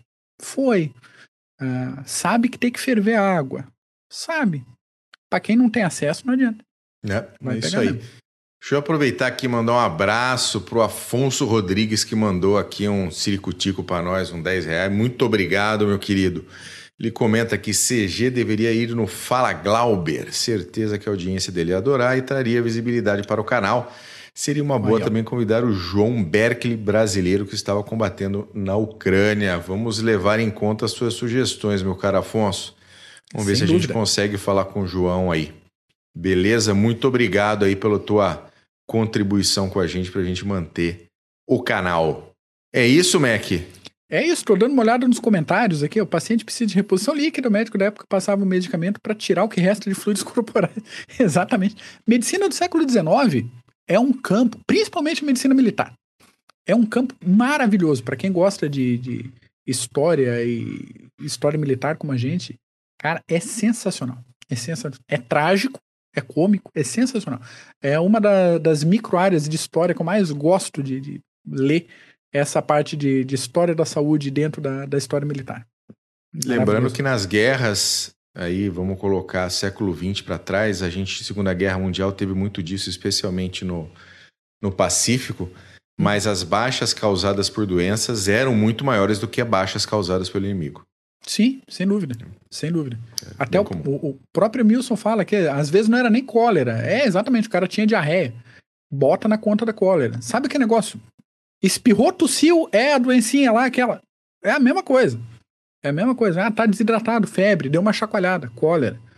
B: sabe que tem que ferver a água, sabe? Para quem não tem acesso, não adianta.
A: É isso aí. Deixa eu aproveitar aqui e mandar um abraço pro Afonso Rodrigues, que mandou aqui um ciricutico para nós, um R$10. Muito obrigado, meu querido. Ele comenta que CG deveria ir no Fala Glauber. Certeza que a audiência dele ia adorar e traria visibilidade para o canal. Seria uma boa também convidar o João Berkeley, brasileiro que estava combatendo na Ucrânia. Vamos levar em conta as suas sugestões, meu caro Afonso. Vamos ver se a gente consegue falar com o João aí. Beleza? Muito obrigado aí pela tua contribuição com a gente para a gente manter o canal. É isso, Mac?
B: É isso, estou dando uma olhada nos comentários aqui. O paciente precisa de reposição líquida. O médico da época passava o medicamento para tirar o que resta de fluidos corporais. Exatamente. Medicina do século XIX é um campo, principalmente medicina militar, é um campo maravilhoso para quem gosta de história e história militar como a gente. Cara, é sensacional. É sensacional. É trágico, é cômico, é sensacional. É uma das micro-áreas de história que eu mais gosto de ler, essa parte de história da saúde dentro da história militar.
A: Lembrando que nas guerras, aí vamos colocar século XX para trás, a gente, Segunda Guerra Mundial, teve muito disso, especialmente no Pacífico, mas as baixas causadas por doenças eram muito maiores do que as baixas causadas pelo inimigo.
B: Sim, sem dúvida, sem dúvida. Até o próprio Milson fala que às vezes não era nem cólera, exatamente, o cara tinha diarreia, bota na conta da cólera. Sabe que negócio? Espirrou, tossiu, a doencinha lá, aquela, a mesma coisa. É a mesma coisa, tá desidratado, febre, deu uma chacoalhada, cólera.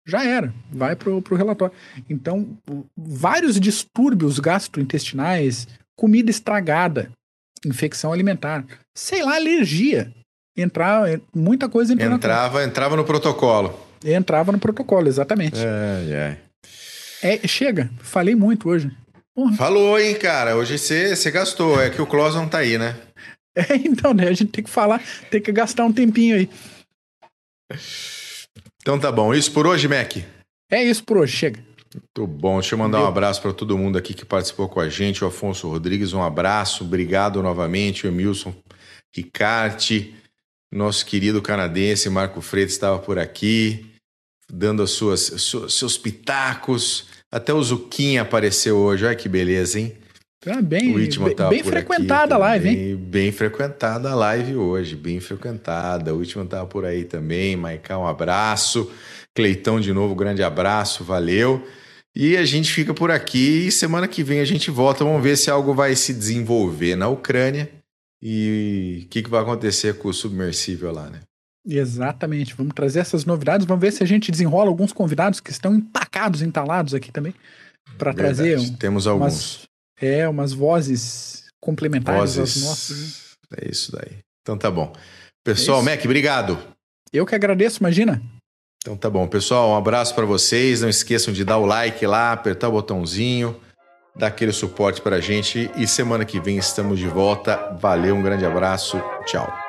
B: já era, vai pro relatório. Então, vários distúrbios gastrointestinais, comida estragada, infecção alimentar, sei lá, alergia, muita coisa
A: entrava no protocolo.
B: Entrava no protocolo, exatamente. Chega, falei muito hoje. Porra.
A: Falou, hein, cara, hoje você gastou, é que o Klaus não tá aí, né?
B: Então, né, a gente tem que falar, tem que gastar um tempinho aí.
A: Então tá bom, isso por hoje, Mac?
B: É isso por hoje, chega.
A: Muito bom, deixa eu mandar um abraço para todo mundo aqui que participou com a gente, o Afonso Rodrigues, um abraço, obrigado novamente, o Emilson Ricarte, nosso querido canadense Marco Freitas estava por aqui, dando seus pitacos, até o Zuquinha apareceu hoje, olha que beleza, hein?
B: Tá bem frequentada a live, hein?
A: Bem frequentada a live hoje, bem frequentada. O último estava por aí também. Maicá, um abraço. Cleitão, de novo, grande abraço, valeu. E a gente fica por aqui e semana que vem a gente volta. Vamos ver se algo vai se desenvolver na Ucrânia e o que vai acontecer com o submersível lá, né?
B: Exatamente. Vamos trazer essas novidades. Vamos ver se a gente desenrola alguns convidados que estão entalados aqui também para trazer.
A: Temos alguns.
B: Umas vozes complementares às nossas.
A: É isso daí. Então tá bom. Pessoal, Mac, obrigado.
B: Eu que agradeço, imagina.
A: Então tá bom. Pessoal, um abraço para vocês. Não esqueçam de dar o like lá, apertar o botãozinho, dar aquele suporte pra gente. E semana que vem estamos de volta. Valeu, um grande abraço. Tchau.